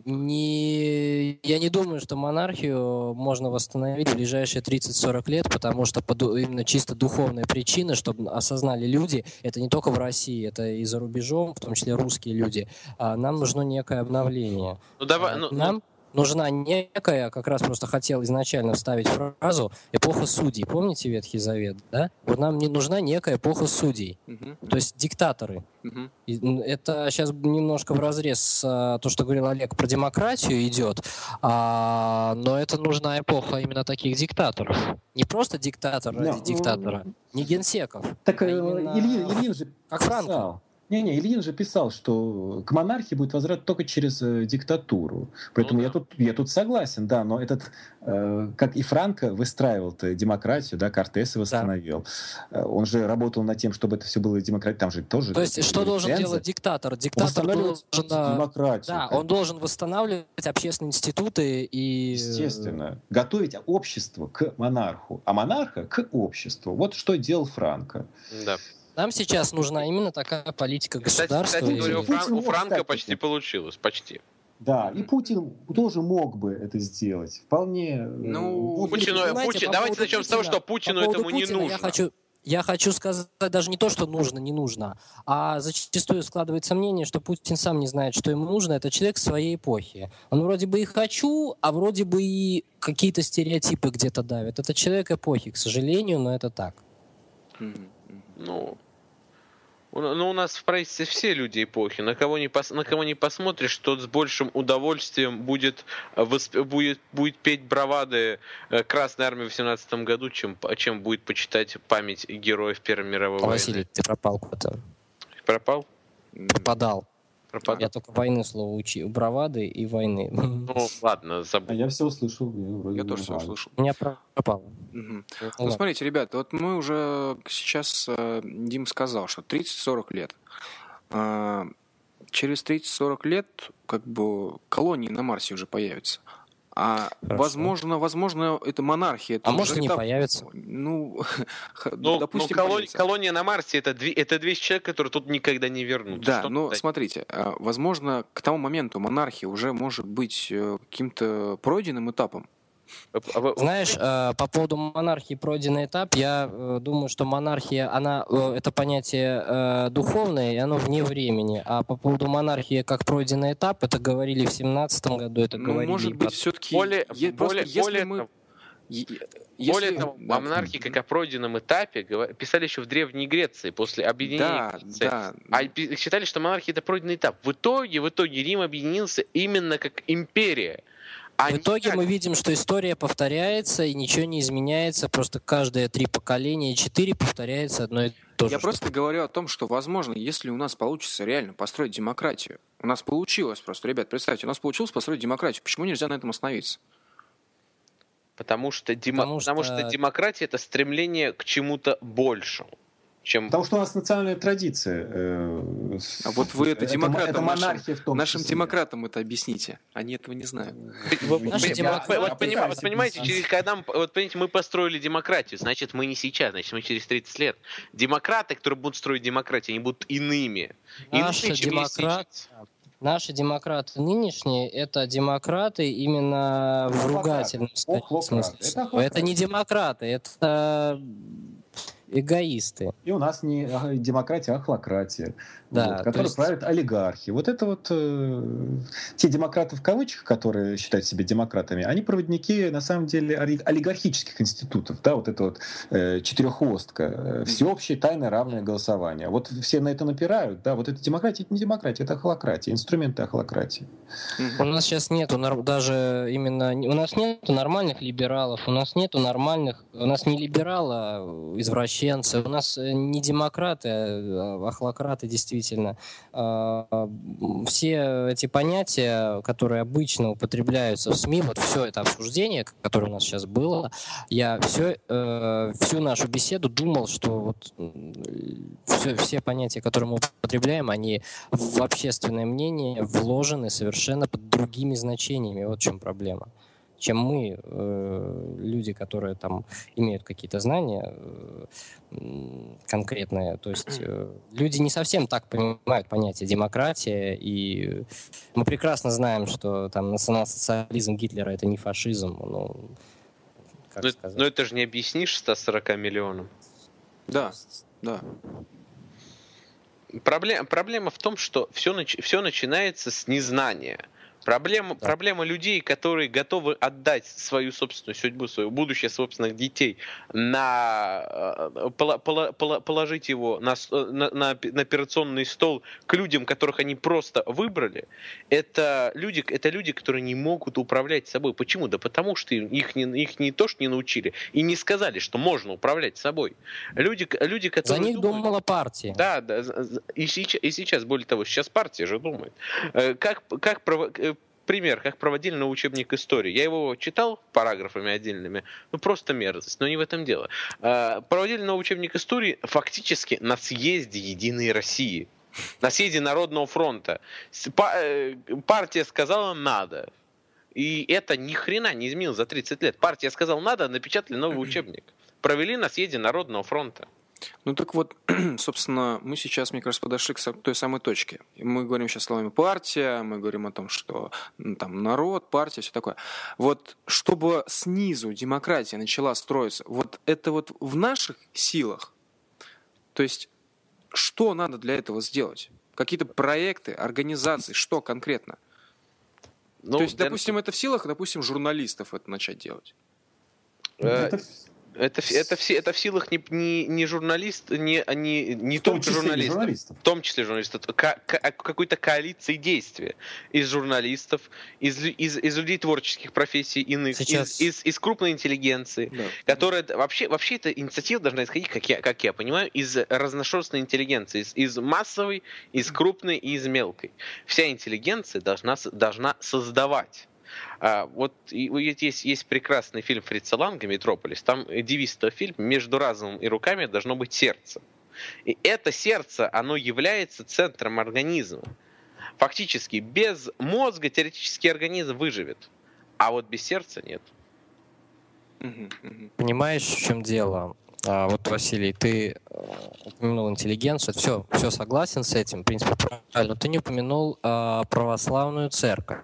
Не, я не думаю, что монархию можно восстановить в ближайшие тридцать-сорок лет, потому что по ду- именно чисто духовная причина, чтобы осознали люди, это не только в России, это и за рубежом, в том числе русские люди, а нам нужно некое обновление. ну, давай, А, ну, ну, нам нужна некая, как раз просто хотел изначально вставить фразу, эпоха судей. Помните Ветхий Завет, да? Вот нам не нужна некая эпоха судей, Мгм, то есть диктаторы. мгм. И, м, Это сейчас немножко вразрез с а, то, что говорил Олег про демократию идет, а, но это нужна эпоха именно таких диктаторов. Не просто диктатор ради Да, ну, диктатора, не генсеков, Так а э, именно Ильин, Ильин же как Франко. писал. Не-не, Ильин же писал, что к монархии будет возврат только через э, диктатуру. Поэтому Ну я, да. тут, я тут согласен, да, но этот, э, как и Франко выстраивал-то демократию, да, Кортес восстановил. Э, Он же работал над тем, чтобы это все было демократией. Там же тоже... То есть что должен Цензор. делать диктатор? Он Диктатор восстанавливал должен... а, демократию. Да, конечно. он должен восстанавливать общественные институты и... Естественно. Готовить общество к монарху, а монарха к обществу. Вот что делал Франко. да. Нам сейчас нужна именно такая политика Кстати, государства. кстати и- говоря, у, Путин Фран- у мог Франка стать почти таким. получилось, почти. Да, и Путин тоже мог бы это сделать. Вполне. э, Ну, мог бы. Путину, понимаете, Путин, по давайте поводу начнем с того, Путина- что по Путину поводу этому не Путина нужно. Я хочу, я хочу сказать даже не то, что нужно, не нужно, а зачастую складывается мнение, что Путин сам не знает, что ему нужно. Это человек своей эпохи. Он вроде бы и хочу, а вроде бы и какие-то стереотипы где-то давят. Это человек эпохи, к сожалению, но это так. Мгм, мгм. Ну, у- ну, у нас в правительстве все люди эпохи. На кого не, пос- на кого не посмотришь, тот с большим удовольствием будет, э, восп- будет, будет петь бравады э, Красной Армии в восемнадцатом году, чем, п- чем будет почитать память героев Первой мировой войны. Василий, ты пропал куда-то. Пропал? Пропадал. Пропадал. Я только войны слово учил. Бравады и войны. Ну, ладно, А забыл. я все услышал. Я, вроде Я тоже все нормально. услышал. У меня пропало. Мгм. Ну, Ну, ладно. смотрите, ребята, вот мы уже сейчас, э, Дим сказал, что тридцать-сорок лет. А, Через тридцать-сорок лет как бы колонии на Марсе уже появятся. А возможно, возможно, это монархия. Это а может, не этап... появится. Ну, ну допустим, ну колония, колония на Марсе это, это двести человек, которые тут никогда не вернутся. Да, что но сказать? смотрите, возможно, к тому моменту монархия уже может быть каким-то пройденным этапом. Знаешь, по поводу монархии пройденный этап, я думаю, что монархия, она, это понятие духовное, и оно вне времени. А по поводу монархии как пройденный этап, это говорили в семнадцатом году, это ну, говорили... может быть, под... все-таки... Более, е- более, если более, мы... Если... Более того, да. О монархии как о пройденном этапе писали еще в Древней Греции после объединения. Да, да. А считали, что монархия это пройденный этап. В итоге, в итоге Рим объединился именно как империя. А в итоге как... мы видим, что история повторяется и ничего не изменяется, просто каждые три поколения, четыре повторяется одно и то же. Я просто говорю о том, что, возможно, если у нас получится реально построить демократию, у нас получилось просто, ребят, представьте, у нас получилось построить демократию, почему нельзя на этом остановиться? Потому что, демо... потому, что... Потому что демократия — это стремление к чему-то большему. Чем... Потому что у нас национальная традиция. Э, а вот вы это, это демократам, это монархия нашим, в том нашим числе. демократам это объясните. Они этого не знают. Вот понимаете, через когда вот понимаете, мы построили демократию, значит, мы не сейчас, значит, мы через тридцать лет. Демократы, которые будут строить демократию, они будут иными. Наши демократы. Наши демократы нынешние — это демократы именно в ругательном смысле. Это, это не демократы, это эгоисты. И у нас не демократия, а охлократия, да, вот, которые есть... правят олигархи. Вот это вот э, те демократы в кавычках, которые считают себя демократами, они проводники, на самом деле, олигархических институтов. Да, вот это вот э, четыреххвостка, э, всеобщее тайное равное голосование. Вот все на это напирают. Да, вот это демократия, это не демократия, это охлократия, инструменты охлократии. У нас сейчас нету даже именно... У нас нету нормальных либералов, у нас нету нормальных... У нас не либералы, а извращенцы. У нас не демократы, а охлократы действительно. Все эти понятия, которые обычно употребляются в СМИ, вот все это обсуждение, которое у нас сейчас было, я все, всю нашу беседу думал, что вот все, все понятия, которые мы употребляем, они в общественное мнение вложены совершенно под другими значениями. Вот в чем проблема. Чем мы, э, люди, которые там имеют какие-то знания э, конкретные. То есть э, люди не совсем так понимают понятие демократия, и мы прекрасно знаем, что там национал-социализм Гитлера — это не фашизм. Ну, как но, сказать? но это же не объяснишь ста сорока миллионам. Да, да. Проблема, проблема в том, что все, нач, все начинается с незнания. Проблема, да. проблема людей, которые готовы отдать свою собственную судьбу, свое будущее собственных детей, на, положить его на, на, на операционный стол к людям, которых они просто выбрали, это люди, это люди, которые не могут управлять собой. Почему? Да потому что их не, их не то, что не научили, и не сказали, что можно управлять собой. Люди, люди которые За них думают, думала партия. Да, да, и сейчас, и сейчас, более того, сейчас партия же думает. Как, как пример, как проводили на учебник истории. Я его читал параграфами отдельными, ну просто мерзость, но не в этом дело. Проводили на учебник истории фактически на съезде Единой России, на съезде Народного фронта. Партия сказала «надо». И это ни хрена не изменилось за тридцать лет. Партия сказала «надо», напечатали новый учебник. Провели на съезде Народного фронта. Ну так вот, собственно, мы сейчас, мне кажется, подошли к той самой точке. Мы говорим сейчас словами партия, мы говорим о том, что ну, там народ, партия, все такое. Вот чтобы снизу демократия начала строиться, вот это вот в наших силах. То есть что надо для этого сделать? Какие-то проекты, организации, что конкретно? Ну, То есть, для... допустим, это в силах, допустим, журналистов это начать делать. Это... Это, это, все, это в силах не, не, не журналист, не, не, не только журналистов, журналистов, в том числе журналистов, ко, ко, какой-то коалиции действия из журналистов, из, из, из людей творческих профессий иных, из, из, из крупной интеллигенции, да. которая вообще, вообще эта инициатива должна исходить, как я, как я понимаю, из разношерстной интеллигенции, из, из массовой, из крупной и из мелкой. Вся интеллигенция должна, должна создавать. А, вот и, есть, есть прекрасный фильм Фрица Ланга «Метрополис». Там девиз этого фильма: между разумом и руками должно быть сердце. И это сердце, оно является центром организма. Фактически без мозга теоретический организм выживет. а вот без сердца нет. Понимаешь, в чем дело? А, вот, Василий, ты упомянул интеллигенцию, все, все согласен с этим, в принципе, правильно. Но ты не упомянул а, православную церковь.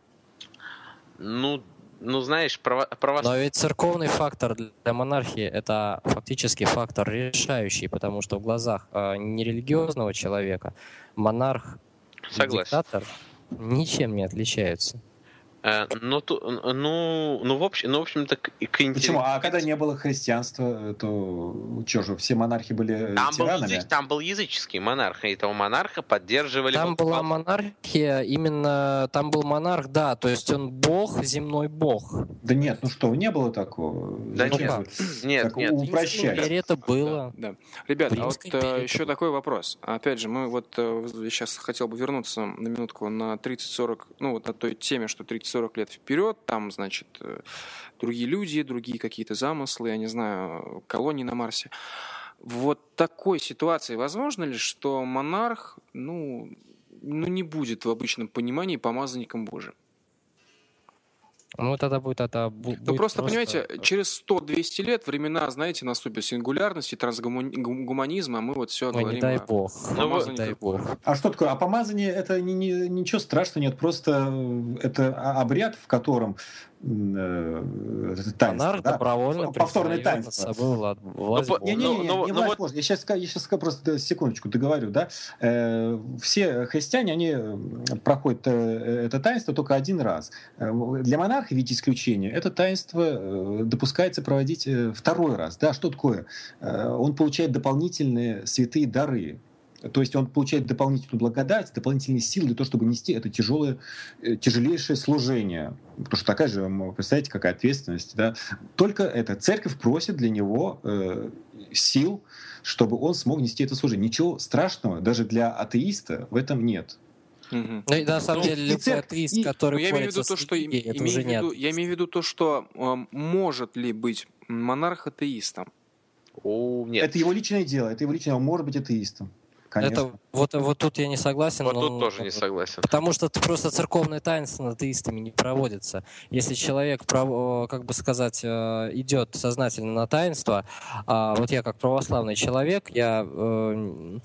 Ну, ну знаешь, право, православ... Но ведь церковный фактор для монархии – это фактически фактор решающий, потому что в глазах а, нерелигиозного человека монарх и диктатор ничем не отличаются. Ну, то, ну, ну, в общем, ну, в общем-то, к интеллигенции... Почему? А когда не было христианства, то что же, все монархи были там тиранами? Был язык, там был языческий монарх, и этого монарха поддерживали... Там была монархия, именно там был монарх, да, то есть он бог, земной бог. Да нет, ну что, не было такого? Да Зачем нет, же нет, так нет. упрощать? Это было. Да, да. Ребят, а вот империи еще было. такой вопрос. Опять же, мы вот сейчас хотел бы вернуться на минутку на тридцать-сорок, ну вот на той теме, что тридцать-сорок лет вперед, там, значит, другие люди, другие какие-то замыслы, я не знаю, колонии на Марсе. Вот такой ситуации возможно ли, что монарх, ну, ну не будет в обычном понимании помазанником Божиим? Ну, тогда будет это... Будет ну, просто, просто, понимаете, через сто-двести лет времена, знаете, наступят сингулярности, трансгуманизма, а мы вот все Ой, говорим не дай о бог. помазанниках. Не дай бог. А что такое? А помазание это не, не, ничего страшного нет, просто это обряд, в котором э, таинство, Монарх да? добровольно повторное признает таинство. над собой власть, власть Ну, Божию. Не-не-не, Ну, ну, не ну, власть вот- Божия. Я сейчас, я сейчас просто секундочку договорю, да. Э, все христиане, они проходят э, это таинство только один раз. Э, Для монарха, в виде исключения, это таинство э, допускается проводить э, второй раз. Да, что такое? Э, Он получает дополнительные святые дары. То есть он получает дополнительную благодать, дополнительные силы для того, чтобы нести это тяжелое, э, тяжелейшее служение. Потому что такая же, м, представляете, какая ответственность. Да? Только это. Церковь просит для него э, сил, чтобы он смог нести это служение. Ничего страшного даже для атеиста в этом нет. Мгм. Ну, и на самом Ну, деле, и любой церковь, атеист, и- который Ну, я имею в борется виду то, с что религией, это имею уже в не виду, атеист. я имею в виду то, что э, может ли быть монарх атеистом? О, нет. Это его личное дело. Это его личное дело. Он может быть атеистом. Конечно. Это, вот, вот тут я не согласен. Вот но- тут тоже не согласен. Потому что это просто церковное таинство над атеистами не проводится. Если человек, прав- как бы сказать, э, идет сознательно на таинство, а вот я как православный человек, я э,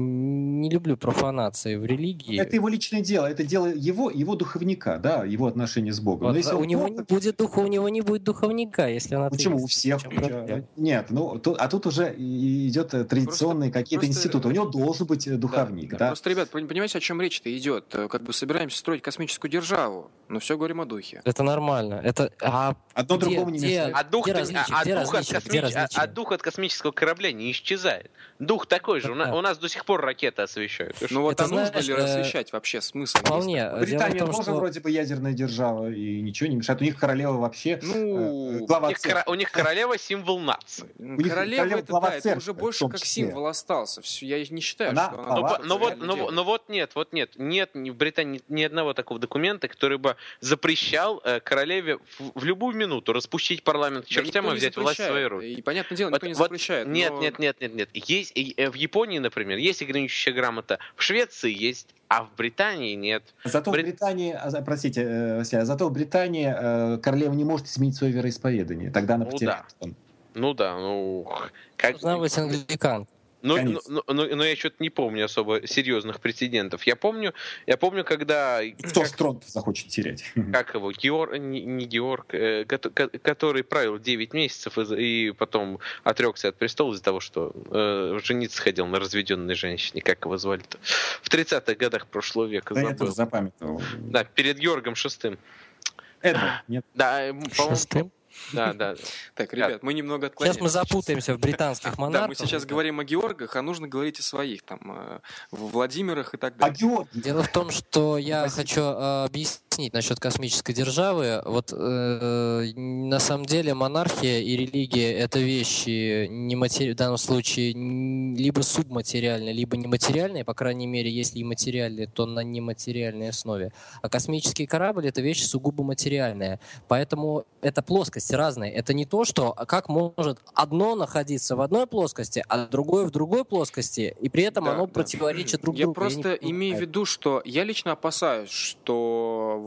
не люблю профанации в религии. Это его личное дело. Это дело его, его духовника, да, его отношения с Богом. Вот, Но если у он него просто- не будет духа, у него не будет духовника, если он атеист. Почему у всех? В чем проблема? Нет, ну тут- а тут уже и идет э, традиционные какие-то просто- институты. У него должен быть э, духовник, Да, да. Просто, ребят, пон- понимаете, о чем речь-то идет? Э, Как бы собираемся строить космическую державу, но все говорим о духе. Это нормально. Это а Одно где- другому не где- мешает. А дух, где ты- различие? а Где дух от различие? Где космич- а- различие? а дух от космического корабля не исчезает. Дух такой же. У, на- Да. у нас до сих пор ракеты освещают. Ты что? Ну вот, Это, а нужно знаешь, ли э, рассвещать вообще смысл? есть вполне. такой? Дело в Британия том, тоже что- вроде бы ядерная держава, и ничего не мешает. У них королева вообще Ну, э, У глава них, церкви. кора- у них королева символ нации. М, них Королева королева это, глава да, это церкви, уже в больше том как числе. символ остался. Всё, я не считаю, Она что она... глава Ну, по- ну вот, реально ну, делает. ну вот нет, вот нет, нет ни в Британии ни одного такого документа, который бы запрещал э, королеве в, в любую минуту распустить парламент к Да чертям никто и не взять власть в свои запрещает. руки. И, понятное дело, Вот- никто не вот запрещает. Нет, но- нет, нет, нет, нет. Есть и, э, в Японии, например, есть ограничивающая грамота. В Швеции есть, а в Британии нет. Зато Брит- в Британии, а, за- простите, э, Василий, а зато в Британии э, королева не может изменить свое вероисповедание. Тогда она Ну потеряет. Ну да, ну как. Должна быть англикан. Ну, ну, Конечно. ну, ну, но я что-то не помню особо серьезных прецедентов. Я помню, я помню, когда Кто как, ж трон захочет терять? как его Георг, не, не Георг, э, кото- ко- который правил девять месяцев и, и потом отрекся от престола из-за того, что э, жениться ходил на разведенной женщине. Как его звали-то? В тридцатых годах прошлого века, Да, я забыл. тоже запамятовал. Да, перед Георгом шестым. Эдвард, нет? Да, э, по-моему, Шестым? да, да. Так, ребят, мы немного отклоняемся. Сейчас мы запутаемся в британских Да, монархах. мы сейчас говорим о Георгах, а нужно говорить о своих, там, э, в Владимирах и так А далее. Георгий? Дело в том, что я Спасибо. хочу э, объяснить насчет космической державы. Вот э, на самом деле монархия и религия — это вещи не матери... в данном случае н- либо субматериальные, либо нематериальные. По крайней мере, если и материальные, то на нематериальной основе. А космический корабль — это вещь сугубо материальная. Поэтому это плоскости разные. Это не то, что как может одно находиться в одной плоскости, а другое в другой плоскости, и при этом Да, оно да. противоречит друг Я другу. просто не имею в понимаю. виду, что я лично опасаюсь, что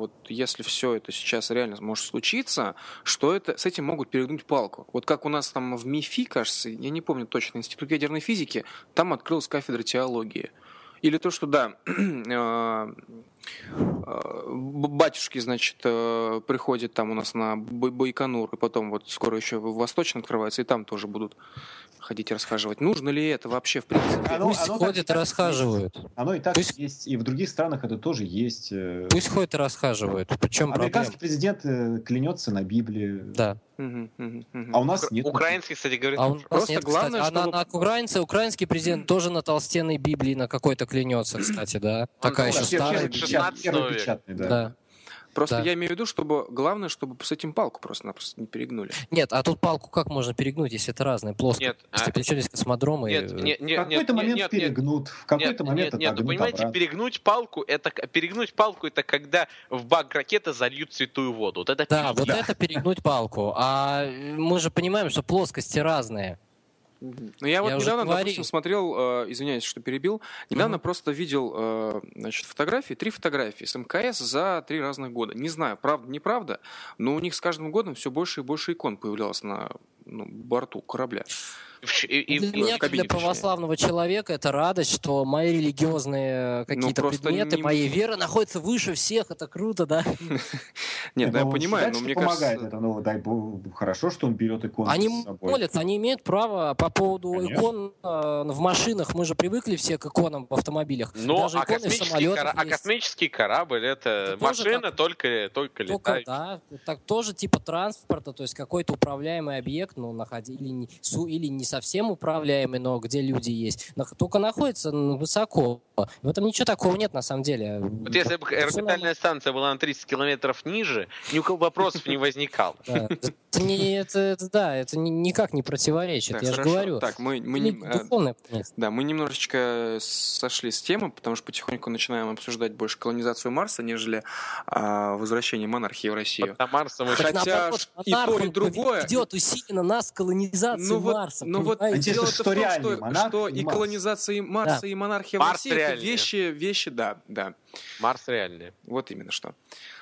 вот если все это сейчас реально может случиться, что это, с этим могут перегнуть палку. Вот как у нас там в МИФИ, кажется, я не помню точно, Институт ядерной физики, там открылась кафедра теологии. Или то, что, да, батюшки, значит, приходят там у нас на Байконур, и потом вот скоро еще в Восточном открывается, и там тоже будут ходить и расхаживать. Нужно ли это вообще, в принципе? Оно, Пусть оно ходят и расхаживают. Есть. Оно и так Пусть... есть, и в других странах это тоже есть. Пусть ходят и расхаживают. Причем американский проблема? президент клянется на Библии. Да. Угу, угу, угу. А у нас нет. Украинский, кстати, говорит, а у нас просто нет, главное, кстати. чтобы... А на, на украинце, украинский президент тоже на толстенной Библии на какой-то клянется, кстати, да. Такая еще старая. Первый печатный, да. Да. Просто Да. я имею в виду, чтобы главное, чтобы с этим палку просто-напросто не перегнули. Нет, а тут палку как можно перегнуть, если это разные плоскости? Нет, а- Причем здесь космодромы. Нет, нет, В нет, какой-то нет, момент нет, перегнут, в какой-то нет, момент нет, нет, отогнут ну, понимаете, обратно. перегнуть палку, это перегнуть палку, это когда в бак ракеты зальют святую воду. Вот это Да, пиздец. вот это перегнуть палку. А мы же понимаем, что плоскости разные. Ну, я вот Я уже недавно, говорил. допустим, смотрел, э, извиняюсь, что перебил, недавно Мгм. просто видел, э, значит, фотографии, три фотографии с МКС за три разных года. Не знаю, правда, неправда, но у них с каждым годом все больше и больше икон появлялось на ну, борту корабля. И- и- Для и- меня, в кабине, для православного человека, это радость, что мои религиозные какие-то просто предметы, не- моей веры находятся выше всех. Это круто, да? Нет, да, я Ну, понимаю, считать, но что мне помогает кажется... это, ну, дай бог, хорошо, что он берет икону Они с собой. молятся, они имеют право по поводу Конечно. икон э, в машинах. Мы же привыкли все к иконам в автомобилях. Ну, Даже а иконы в космический, самолетах кора- а есть. космический корабль это Это тоже машина, как- только, только Только, летающая. да, так тоже типа транспорта, то есть какой-то управляемый объект, ну, находи, или, не, су, или не совсем управляемый, но где люди есть, нах- только находится ну, высоко. В этом ничего такого нет на самом деле. Вот если бы Всё орбитальная станция была на тридцать километров ниже, ни у кого вопросов не возникало. Да. Это, не, это, это да, это ни- никак не противоречит, Так, я же хорошо. говорю. Так, мы, мы, Или не- э, духовное понятие. да, мы немножечко сошли с темы, потому что потихоньку начинаем обсуждать больше колонизацию Марса, нежели а, возвращение монархии в Россию. Вот на Марсе мы Хотя Так наоборот, ш- и то, и монархом другое- ведет усиленно нас колонизацию Ну вот, Марса. ну вот понимаете? Интересно, дело-то что в том, реальный что, монарх что и и Марс. колонизация Марса, Да. и монархия в Марс России это реальнее. вещи, вещи, да, да. Марс реальный. Вот именно что.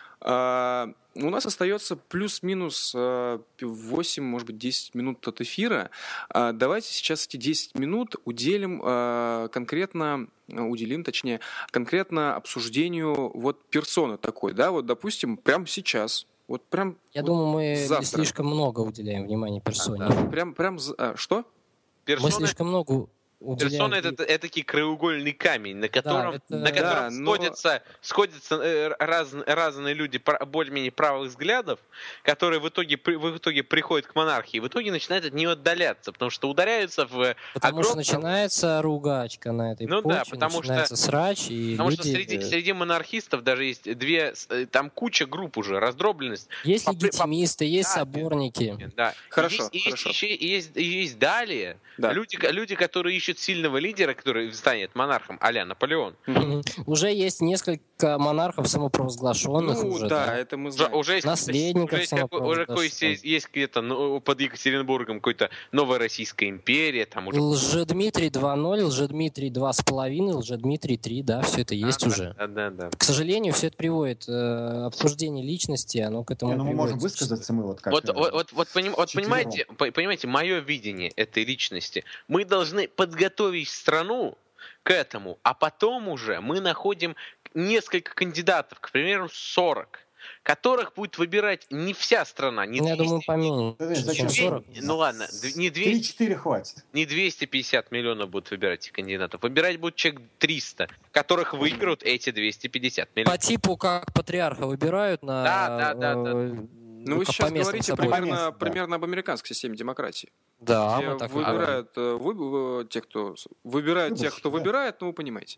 А, у нас остается плюс-минус а, восемь, может быть, десять минут от эфира. А, давайте сейчас эти десять минут уделим а, конкретно, уделим, точнее, конкретно обсуждению вот персоны такой, да, вот, допустим, прямо сейчас. Вот прям Я вот думаю, мы завтра. слишком много уделяем внимания персоне. а, прям, прям, за- а, что? Мы Персона, слишком много уделяем. персона это, это такой краеугольный камень, на котором, это- на котором Да, но- сходятся, сходятся э, раз- разные люди пра- более-менее правых взглядов, которые в итоге, при- в итоге приходят к монархии, в итоге начинают от нее отдаляться, потому что ударяются в Потому что огромном- начинается ругачка на этой Ну да, почве, потому что- начинается срач, и Потому люди... что среди, э, среди монархистов даже есть две, с- э, там куча групп уже, раздробленность. Есть попри- легитимисты, есть Да, соборники. Да. Хорошо, есть, хорошо. Есть, еще, есть, есть далее Да. люди, люди, которые ищут сильного лидера, который станет монархом, а-ля Наполеон. Мгм. Уже есть несколько монархов самопровозглашенных Ну, уже, да, да. это мы Уже, знаем. уже есть, Наследников уже есть, какой- уже какой- самопровозглашенных. есть, есть где-то ну, под Екатеринбургом какой-то новая Российская империя, там уже... Лжедмитрий два ноль, Лжедмитрий два с половиной, Лжедмитрий три, да, все это есть Да, уже. Да, да, да. К сожалению, все это приводит, э, обсуждение личности, оно к этому Не, ну, мы приводит. можем высказаться, мы вот как... Вот, э, вот, вот, вот, поним- вот четвером. понимаете, по- понимаете, мое видение этой личности. Мы должны подготовить страну к этому, а потом уже мы находим несколько кандидатов, к примеру, сорок, которых будет выбирать не вся страна, не Ну, я думаю, двести, поменьше, Да, зачем чем сорок. ну ладно, д- не двести, три-четыре хватит. не двести пятьдесят миллионов будут выбирать этих кандидатов. Выбирать будет человек триста, которых выиграют эти двести пятьдесят По миллионов. типу, как патриарха выбирают на... Да, да, да, да. э, Ну, вы по сейчас местным говорите соборам. примерно, По месту, да. примерно об американской системе демократии. Да, Где мы так и говорим. выбирают э, вы- э, тех, кто с- выбирают тех, кто Выборщики, да. выбирает, ну вы понимаете.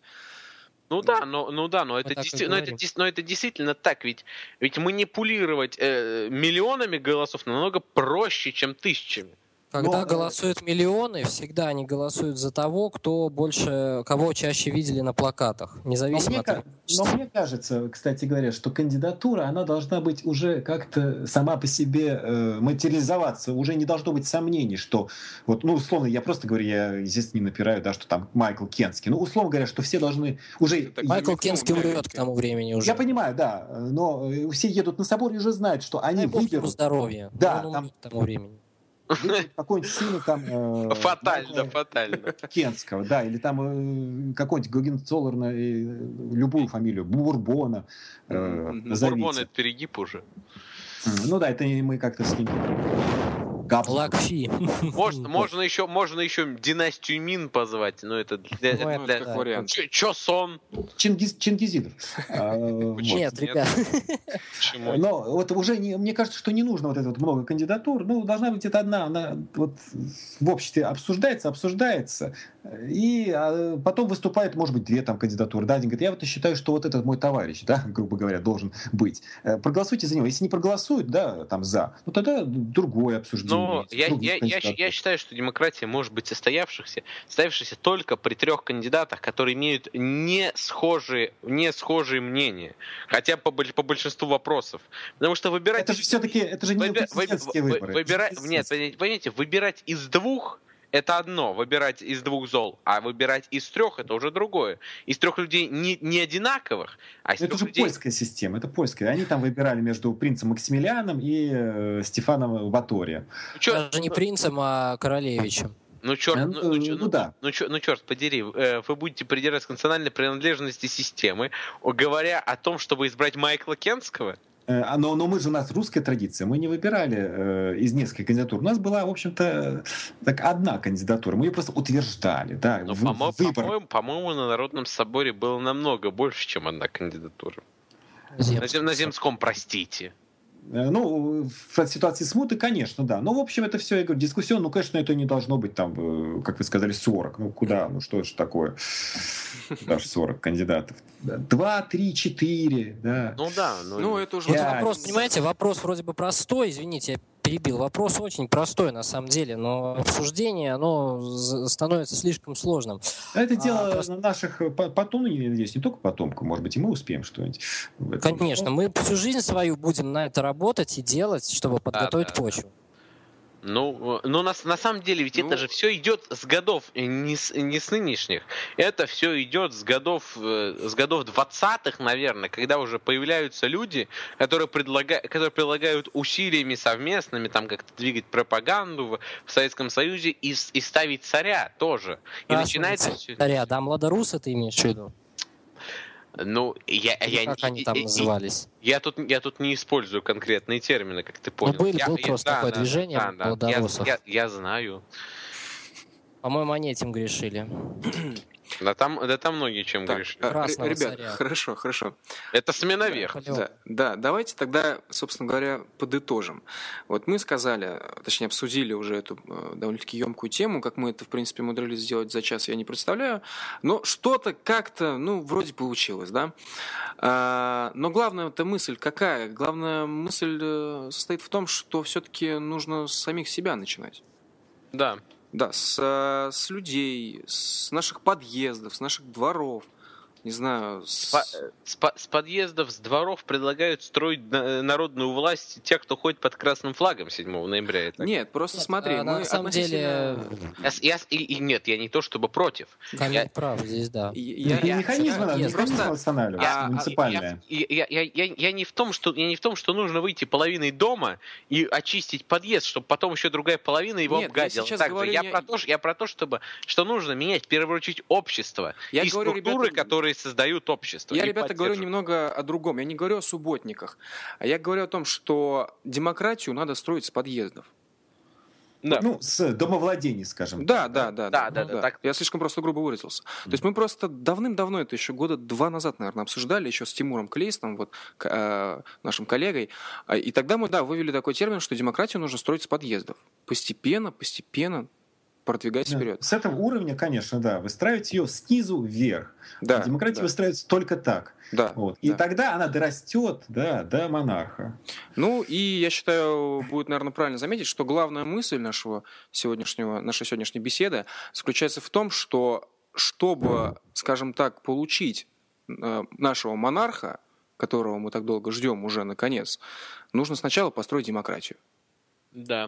Ну да, но, ну да, но это, так и действи- но, это, говорим. дес- но это действительно так, ведь, ведь манипулировать э, миллионами голосов намного проще, чем тысячами. Когда Но, голосуют миллионы, всегда они голосуют за того, кто больше, кого чаще видели на плакатах, Но независимо мне, от ка- но мне кажется, кстати говоря, что кандидатура, она должна быть уже как-то сама по себе э, материализоваться. Уже не должно быть сомнений, что, вот, ну, условно, я просто говорю, я здесь не напираю, да, что там Майкл Кенский. Ну, условно говоря, что все должны уже... Так Майкл ну, Кенский да, умрет к тому времени уже. Я понимаю, да, но все едут на собор и уже знают, что они Дай бог ему выберут... здоровья. Да, Он там- умрет к тому времени. выберут какой-нибудь сына там... э, Фатально, Майкла фатально. Кенского, да, или там э, какой-нибудь Гогенцоллерна, э, любую фамилию, Бурбона э, Мгм. назовите. Бурбон — это перегиб уже. Ну да, это мы как-то с ним... Габсбург. Лакфи. Может, можно еще, можно еще династию Мин позвать, но это для, Ну, это для- как да. вариант. Чё, чё сон? Чингиз, Чингизидов. А, вот. Нет, Нет. ребят. Почему? Но вот уже не, мне кажется, что не нужно вот это вот много кандидатур. Ну, должна быть это одна. Она вот в обществе обсуждается, обсуждается. И а, потом выступает, может быть, две там кандидатуры. Да, один говорит, я вот считаю, что вот этот мой товарищ, да, грубо говоря, должен быть. Э, Проголосуйте за него. Если не проголосуют, да, там за, ну тогда другое обсуждение. Но я, других я, я, кандидатур. я считаю, что демократия может быть состоявшихся, состоявшаяся только при трех кандидатах, которые имеют не схожие, не схожие мнения, хотя по, боль- по большинству вопросов. Потому что выбирать... Это же все-таки, это же не выби- президентские вы- выборы. выбира- Это же Нет, президентские. понимаете, выбирать из двух это одно, выбирать из двух зол, а выбирать из трех это уже другое. Из трех людей не, не одинаковых, а из Это трех же людей... польская система, это польская. Они там выбирали между принцем Максимилианом и э, Стефаном Батория. Ну, чё- Даже не принцем, а королевичем. Ну, черт, Э, ну, ну, чё- ну, ну, да. ну, чё- ну, черт подери, э, вы будете придерживаться к национальной принадлежности системы, о, говоря о том, чтобы избрать Майкла Кенского? Э, а, Но, но мы же, у нас русская традиция, мы не выбирали э, из нескольких кандидатур. У нас была, в общем-то, так одна кандидатура. Мы ее просто утверждали. Да, Но, в- по-мо- выбор. по-моему, по-моему, на Народном соборе было намного больше, чем одна кандидатура. На, Земский. зем- на земском, простите. Э, Ну, в ситуации смуты, конечно, да. Но, в общем, это все, я говорю, дискуссион. Ну, конечно, это не должно быть там, э, как вы сказали, сорок. Ну, куда? Ну, что же такое? Даже сорок кандидатов. Два, три, четыре, да. Ну да, ну, Ну, это уже... Вот Я- вопрос, понимаете, вопрос вроде бы простой, извините, я перебил. Вопрос очень простой на самом деле, но обсуждение, оно з- становится слишком сложным. А это дело А, просто- наших по- потом, ну, здесь не только потомков, может быть, и мы успеем что-нибудь. в этом. Конечно, мы всю жизнь свою будем на это работать и делать, чтобы подготовить да, да. почву. Ну, ну на, на самом деле, ведь Ну- это же все идет с годов, э, не с, не с нынешних. Это все идет с годов, э, с годов двадцатых, наверное, когда уже появляются люди, которые, предлага, которые предлагают усилиями совместными там как-то двигать пропаганду в, в Советском Союзе и, с- и ставить царя тоже. И Красного начинается все... царя, да, Младоруса ты имеешь в виду? Ну, я, Или я, как я- они там я- назывались? Я тут, я тут не использую конкретные термины, как ты понял. были- Я- было я- просто такое движение да, да, я, молодоросов. я, я знаю. По-моему, они этим грешили. Да там, да там многие чем Так, грешат. а, Красного ребят, царя. хорошо, хорошо. Это смена верх. Наполеон. Да, да, давайте тогда, собственно говоря, подытожим. Вот мы сказали, точнее, обсудили уже эту э, довольно-таки емкую тему, как мы это, в принципе, умудрились сделать за час, я не представляю, но что-то как-то, ну, вроде получилось, да. А, но главная эта мысль какая? Главная мысль э, состоит в том, что все-таки нужно с самих себя начинать. Да. Да, с, э, с людей, с наших подъездов, с наших дворов, не знаю, с... По- с, по- с подъездов, с дворов предлагают строить на- народную власть те, кто ходит под красным флагом седьмого ноября. Это- Нет, просто Нет, смотри, а мы на самом деле относительно- Я, с- я с- и, и нет, я не то чтобы против. Камиль Я- прав здесь, да. Я- И я- механизмы я- надо, я- механизмы просто- восстанавливать, я- муниципальные. Я, я, я, я, я не в том, что я не в том, что нужно выйти половиной дома и очистить подъезд, чтобы потом еще другая половина его Нет, я обгадила. сейчас Так же, говорю я не- про то, что я про то, чтобы что нужно менять, в первую очередь общество Я и говорю, структуры, ребята, которые создают общество. Я, и ребята, говорю поддерживают. немного о другом. Я не говорю о субботниках, а я говорю о том, что демократию надо строить с подъездов. Да. Ну, с домовладений, скажем. Да, да, да. Да, да, да, так. Я слишком просто грубо выразился. То есть мы просто давным-давно, это еще года два назад, наверное, обсуждали, еще с Тимуром Клейстом, вот, к- э, нашим коллегой. А, И тогда мы, да, вывели такой термин, что демократию нужно строить с подъездов. Постепенно, постепенно. продвигать Да. вперед. С этого уровня, конечно, да, выстраивать ее снизу вверх. Да, Демократия да. выстраивается только так. Да, Вот. И да. тогда она дорастет, да, до монарха. Ну и я считаю, будет, наверное, правильно заметить, что главная мысль нашего сегодняшнего, нашей сегодняшней беседы заключается в том, что чтобы, скажем так, получить э, нашего монарха, которого мы так долго ждем уже наконец, нужно сначала построить демократию. Да.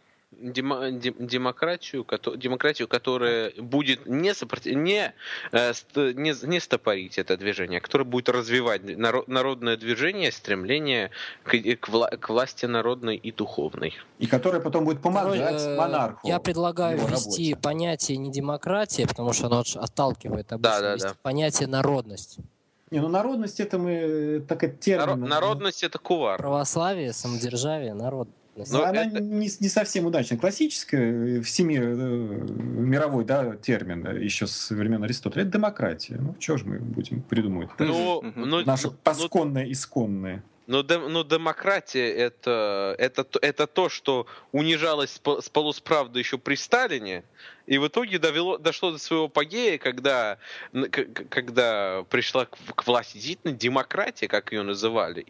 Демо- дем- демократию, кото- демократию, которая будет не, сопротив... не, э, ст... не, не стопорить это движение, а которая будет развивать наро- народное движение, стремление к, к, вла- к власти народной и духовной. И которая потом будет помогать Король, э, монарху. Я предлагаю в его ввести работе. понятие не демократия, потому что оно отталкивает обычно, Да, да, ввести да. понятие народность. Не, ну народность это мы так это термин. Наро- народность это кувар. Православие, самодержавие, народность. Но Но она это- не, не совсем удачная. Классическая, всеми, э, мировой, да, термин еще с времен Аристотеля — это демократия. Ну, что же мы будем придумывать? Ну, Мгм. ну, Наши ну, посконные, исконные. Но, дем- но демократия это, это, т- это то, что унижалось с по- с полусправды еще при Сталине, и в итоге довело, дошло до своего апогея, когда, н- к- к- когда пришла к, к власти действительно демократия, как ее называли.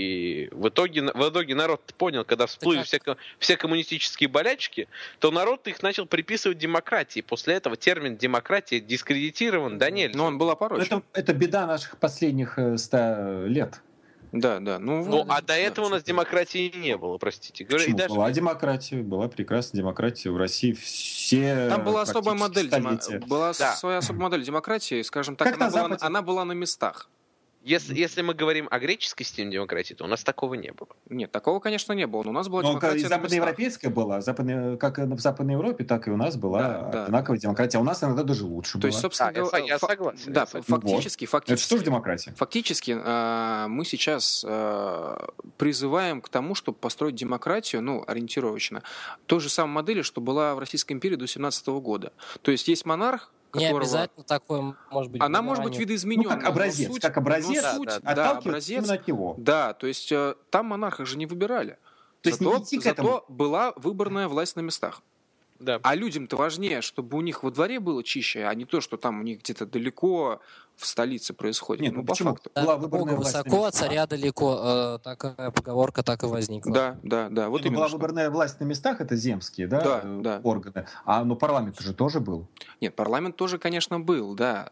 И в итоге, в итоге народ понял, когда всплыли как? все, ко- все коммунистические болячки, то народ их начал приписывать демократии. После этого термин демократия дискредитирован до нельзя. Но он был опорочен. Это, это беда наших последних э, ста лет. Да, да. Ну, Ну, вот, а до да, этого у нас что-то. демократии не было, простите. Говорю, и Почему? даже- Была демократия, была прекрасная демократия в России все. Там была особая модель, демо- столетия. была Да. своя особая модель демократии, скажем так, Как она на была, Западе. она была на местах. Если, если мы говорим о греческой системе демократии, то у нас такого не было. Нет, такого, конечно, не было. Но у нас была Но демократия и на местах. западноевропейская была, западная, как и в Западной Европе, так и у нас была Да, да. одинаковая демократия. А у нас иногда даже лучше То была. есть, собственно А, я говоря, со- я фа- согласен, Да, я согласен. фактически, Это что фактически. же демократия? Фактически э, мы сейчас э, призываем к тому, чтобы построить демократию, ну, ориентировочно, той же самой модели, что была в Российской империи до семнадцатого года. То есть есть монарх, Не которого... обязательно такое может быть. Она может быть ранее. видоизмененной. Ну, как образец, но суть- как образец, но суть, да, да, Отталкиваться образец. именно от него. Да, то есть э, там монарха же не выбирали. То есть не зато, идти к зато этому. была выборная власть на местах. Да. А людям-то важнее, чтобы у них во дворе было чище, а не то, что там у них где-то далеко в столице происходит. Нет, ну, ну по почему? факту. Да, Была Бога выборная власть на высоко, а местах. царя далеко. Э, такая поговорка так и возникла. Да, да, да. Вот Ну, именно была что. выборная власть на местах, это земские, да, Да, э, да. органы. А ну парламент же тоже был. Нет, парламент тоже, конечно, был, да.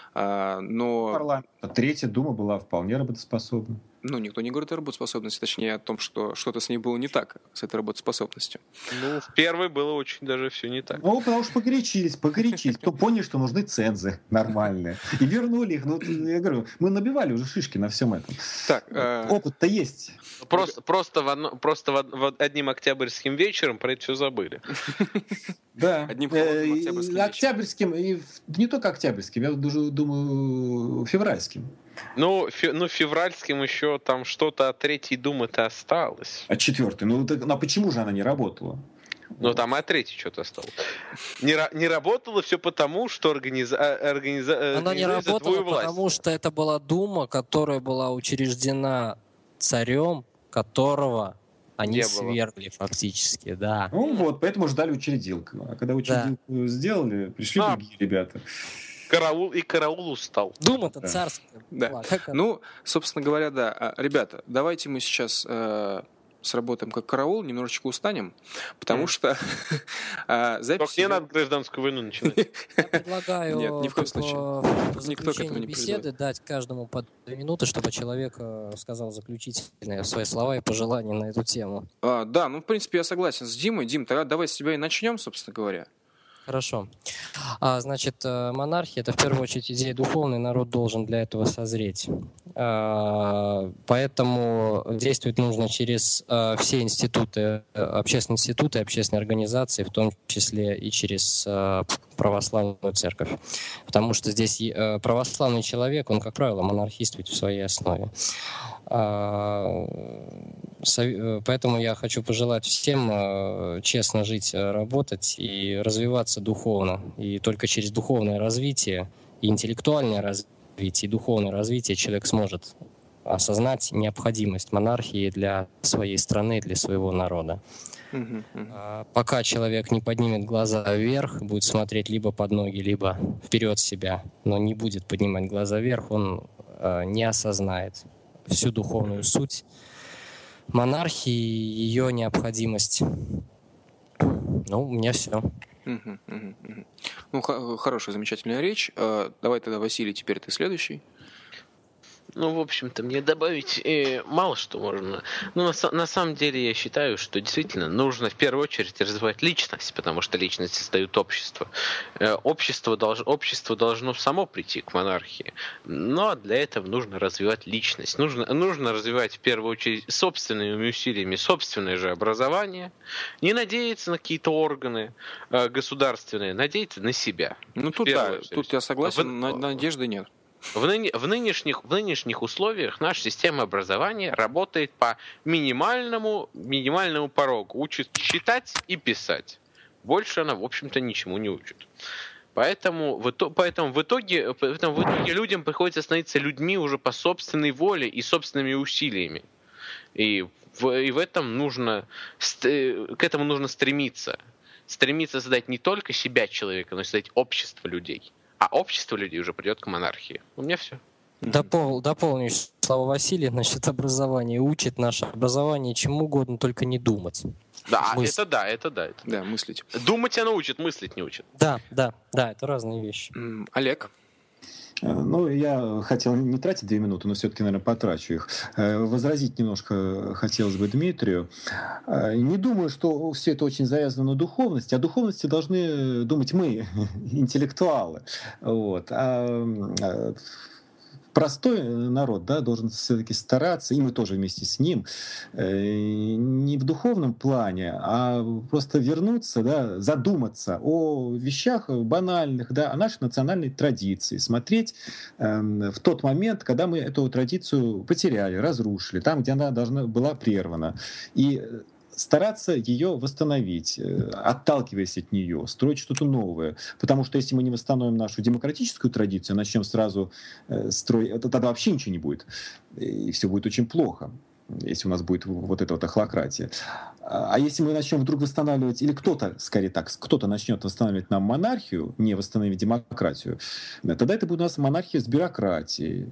А, но Парламент. А Третья дума была вполне работоспособна. ну, никто не говорит о работоспособности, точнее о том, что что-то с ней было не так, с этой работоспособностью. Ну, в первой было очень даже все не так. Ну, потому что погорячились, погорячились. Потом поняли, что нужны цензы нормальные. И вернули их. Ну, я говорю, мы набивали уже шишки на всем этом. Так, э, Опыт-то есть. Просто, просто, в одно- просто в од- в одним октябрьским вечером про это все забыли. Да. Одним Э, холодным и октябрьским вечером. Октябрьским, и в- не только октябрьским, я даже думаю, февральским. Ну, фе- ну, февральским еще там что-то от третьей думы-то осталось. А четвертый. Ну, так- ну, а почему же она не работала? Но там и от третьей что-то осталось. Не, ра- не работало все потому, что организа... а, организа... Она не организуется работала, двоевластие. потому что это была дума, которая была учреждена царем, которого они Не было. свергли фактически, да. Ну вот, поэтому ждали учредилку. А когда учредилку сделали, пришли А. другие ребята. Караул и караул устал. Дума-то Да. царская Да. была. Как она? ну, собственно говоря, да. А, Ребята, давайте мы сейчас э, сработаем как караул, немножечко устанем, потому Мгм. что э, запись... Только не идет- надо гражданскую войну начинать. Я предлагаю Нет, ни в коем как, случае. э, в Никто к этому заключении не беседы дать каждому по две минуты, чтобы человек э, сказал заключительные свои слова и пожелания на эту тему. А, да, ну, в принципе, я согласен с Димой. Дим, тогда давай с тебя и начнем, собственно говоря. Хорошо. А, значит, э, монархия — это в первую очередь идея духовная, народ должен для этого созреть. А, Поэтому действовать нужно через э, все институты, э, общественные институты, общественные организации, в том числе и через э, православную церковь. Потому что здесь э, православный человек, он, как правило, монархист ведь в своей основе. А, сов- Поэтому я хочу пожелать всем э, честно жить, э, работать и развиваться духовно. И только через духовное развитие, и интеллектуальное развитие, и духовное развитие человек сможет осознать необходимость монархии для своей страны, для своего народа. Мгм, мгм. Пока человек не поднимет глаза вверх, будет смотреть либо под ноги, либо вперед себя, но не будет поднимать глаза вверх, он не осознает всю духовную суть монархии, ее необходимость. Ну, у меня все. Мгм, мгм, мгм. Ну, х- хорошая, замечательная речь. Э, Давай тогда, Василий, теперь ты следующий. Ну, в общем-то, мне добавить э, мало что можно. Но на, са- на самом деле я считаю, что действительно нужно в первую очередь развивать личность, потому что личность создает общество. Э, общество, долж, общество должно само прийти к монархии, но для этого нужно развивать личность. Нужно, нужно развивать в первую очередь собственными усилиями собственное же образование, не надеяться на какие-то органы э, государственные, надеяться на себя. Ну, В тут первую да, очередь. тут я согласен, В- на- надежды нет. В, ныне- в нынешних, в нынешних условиях наша система образования работает по минимальному, минимальному порогу. Учит читать и писать. Больше она, в общем-то, ничему не учит. Поэтому в, ито- поэтому в, итоге, поэтому в итоге людям приходится становиться людьми уже по собственной воле и собственными усилиями. И в, и в этом нужно, ст- к этому нужно стремиться. Стремиться создать не только себя человека, но и создать общество людей. А общество людей уже придет к монархии. У меня все. Допол, дополню слова Василия насчет образования. Учит наше образование чему угодно, только не думать. Да, Мысль. это да, это да. Это да. Да, мыслить. Думать оно учит, мыслить не учит. Да, да, да, это разные вещи. М, Олег? Ну, я хотел не тратить две минуты, но все-таки, наверное, потрачу их. Э, Возразить немножко хотелось бы Дмитрию. Э, Не думаю, что все это очень завязано на духовности. О духовности должны думать мы, интеллектуалы. Вот. А э, простой народ, да, должен все-таки стараться, и мы тоже вместе с ним, э, не в духовном плане, а просто вернуться, да, задуматься о вещах банальных, да, о нашей национальной традиции, смотреть э, в тот момент, когда мы эту традицию потеряли, разрушили, там, где она должна была прервана. И стараться ее восстановить, э, отталкиваясь от нее, строить что-то новое. Потому что если мы не восстановим нашу демократическую традицию, начнем сразу э, строить, тогда вообще ничего не будет. И все будет очень плохо, если у нас будет вот эта вот охлократия. А если мы начнем вдруг восстанавливать, или кто-то, скорее так, кто-то начнет восстанавливать нам монархию, не восстановить демократию, тогда это будет у нас монархия с бюрократией.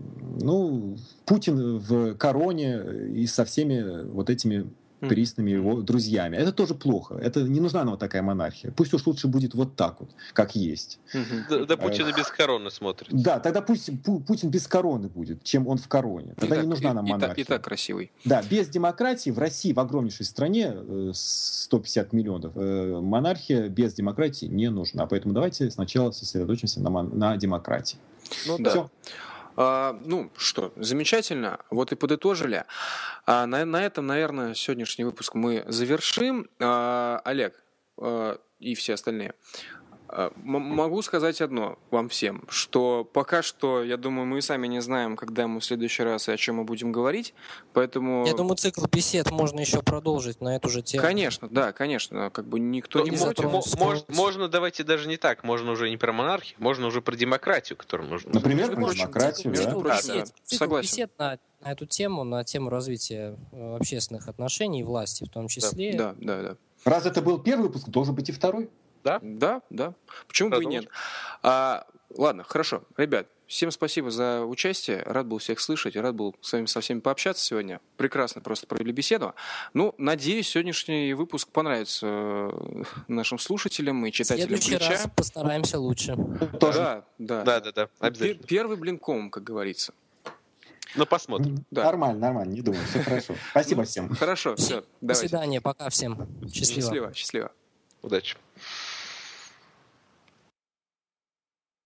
Ну, Путин в короне и со всеми вот этими присными его друзьями. Это тоже плохо. Это не нужна нам такая монархия. Пусть уж лучше будет вот так вот, как есть. Да, да Путин и без короны смотрит. Да, тогда пусть Пу- Путин без короны будет, чем он в короне. Тогда И не так- нужна и- нам и так- монархия. И так красивый. Да, без демократии в России, в огромнейшей стране, э, сто пятьдесят миллионов, э, монархия без демократии не нужна. Поэтому давайте сначала сосредоточимся на, мон- на демократии. Ну да. Всё. А, ну что, замечательно. Вот и подытожили. А, на, на этом, наверное, сегодняшний выпуск мы завершим. А, Олег а, и все остальные. А, м- могу сказать одно вам всем, что пока что, я думаю, мы и сами не знаем, когда мы в следующий раз и о чем мы будем говорить, поэтому... Я думаю, цикл бесед можно еще продолжить на эту же тему. Конечно, да, конечно, как бы никто Ну, не не мо- против. затронуть мо- мож- скорость. можно, давайте даже не так. Можно уже не про монархию, можно уже про демократию, которую нужно. Например, Между про прочим, демократию, цикл- да? цикл Цикл Да, бесед, да, цикл согласен. бесед на, на эту тему, на тему развития э, общественных отношений и власти в том числе. Да, да, да. Раз это был первый выпуск, должен быть и второй. Да? Да, да. Почему бы и Продолжим. нет? А, ладно, хорошо. Ребят, всем спасибо за участие. Рад был всех слышать. Рад был с вами со всеми пообщаться сегодня. Прекрасно просто провели беседу. Ну, надеюсь, сегодняшний выпуск понравится э, нашим слушателям и В читателям следующий Ключа. раз постараемся лучше. Тоже. Да, да. Да, да, да, Пе- обязательно. Первый блинком, как говорится. Ну, посмотрим. Да. Нормально, нормально, не думаю, все хорошо. Спасибо всем. Хорошо, все. До свидания, пока всем. Счастливо. Счастливо, счастливо. Удачи.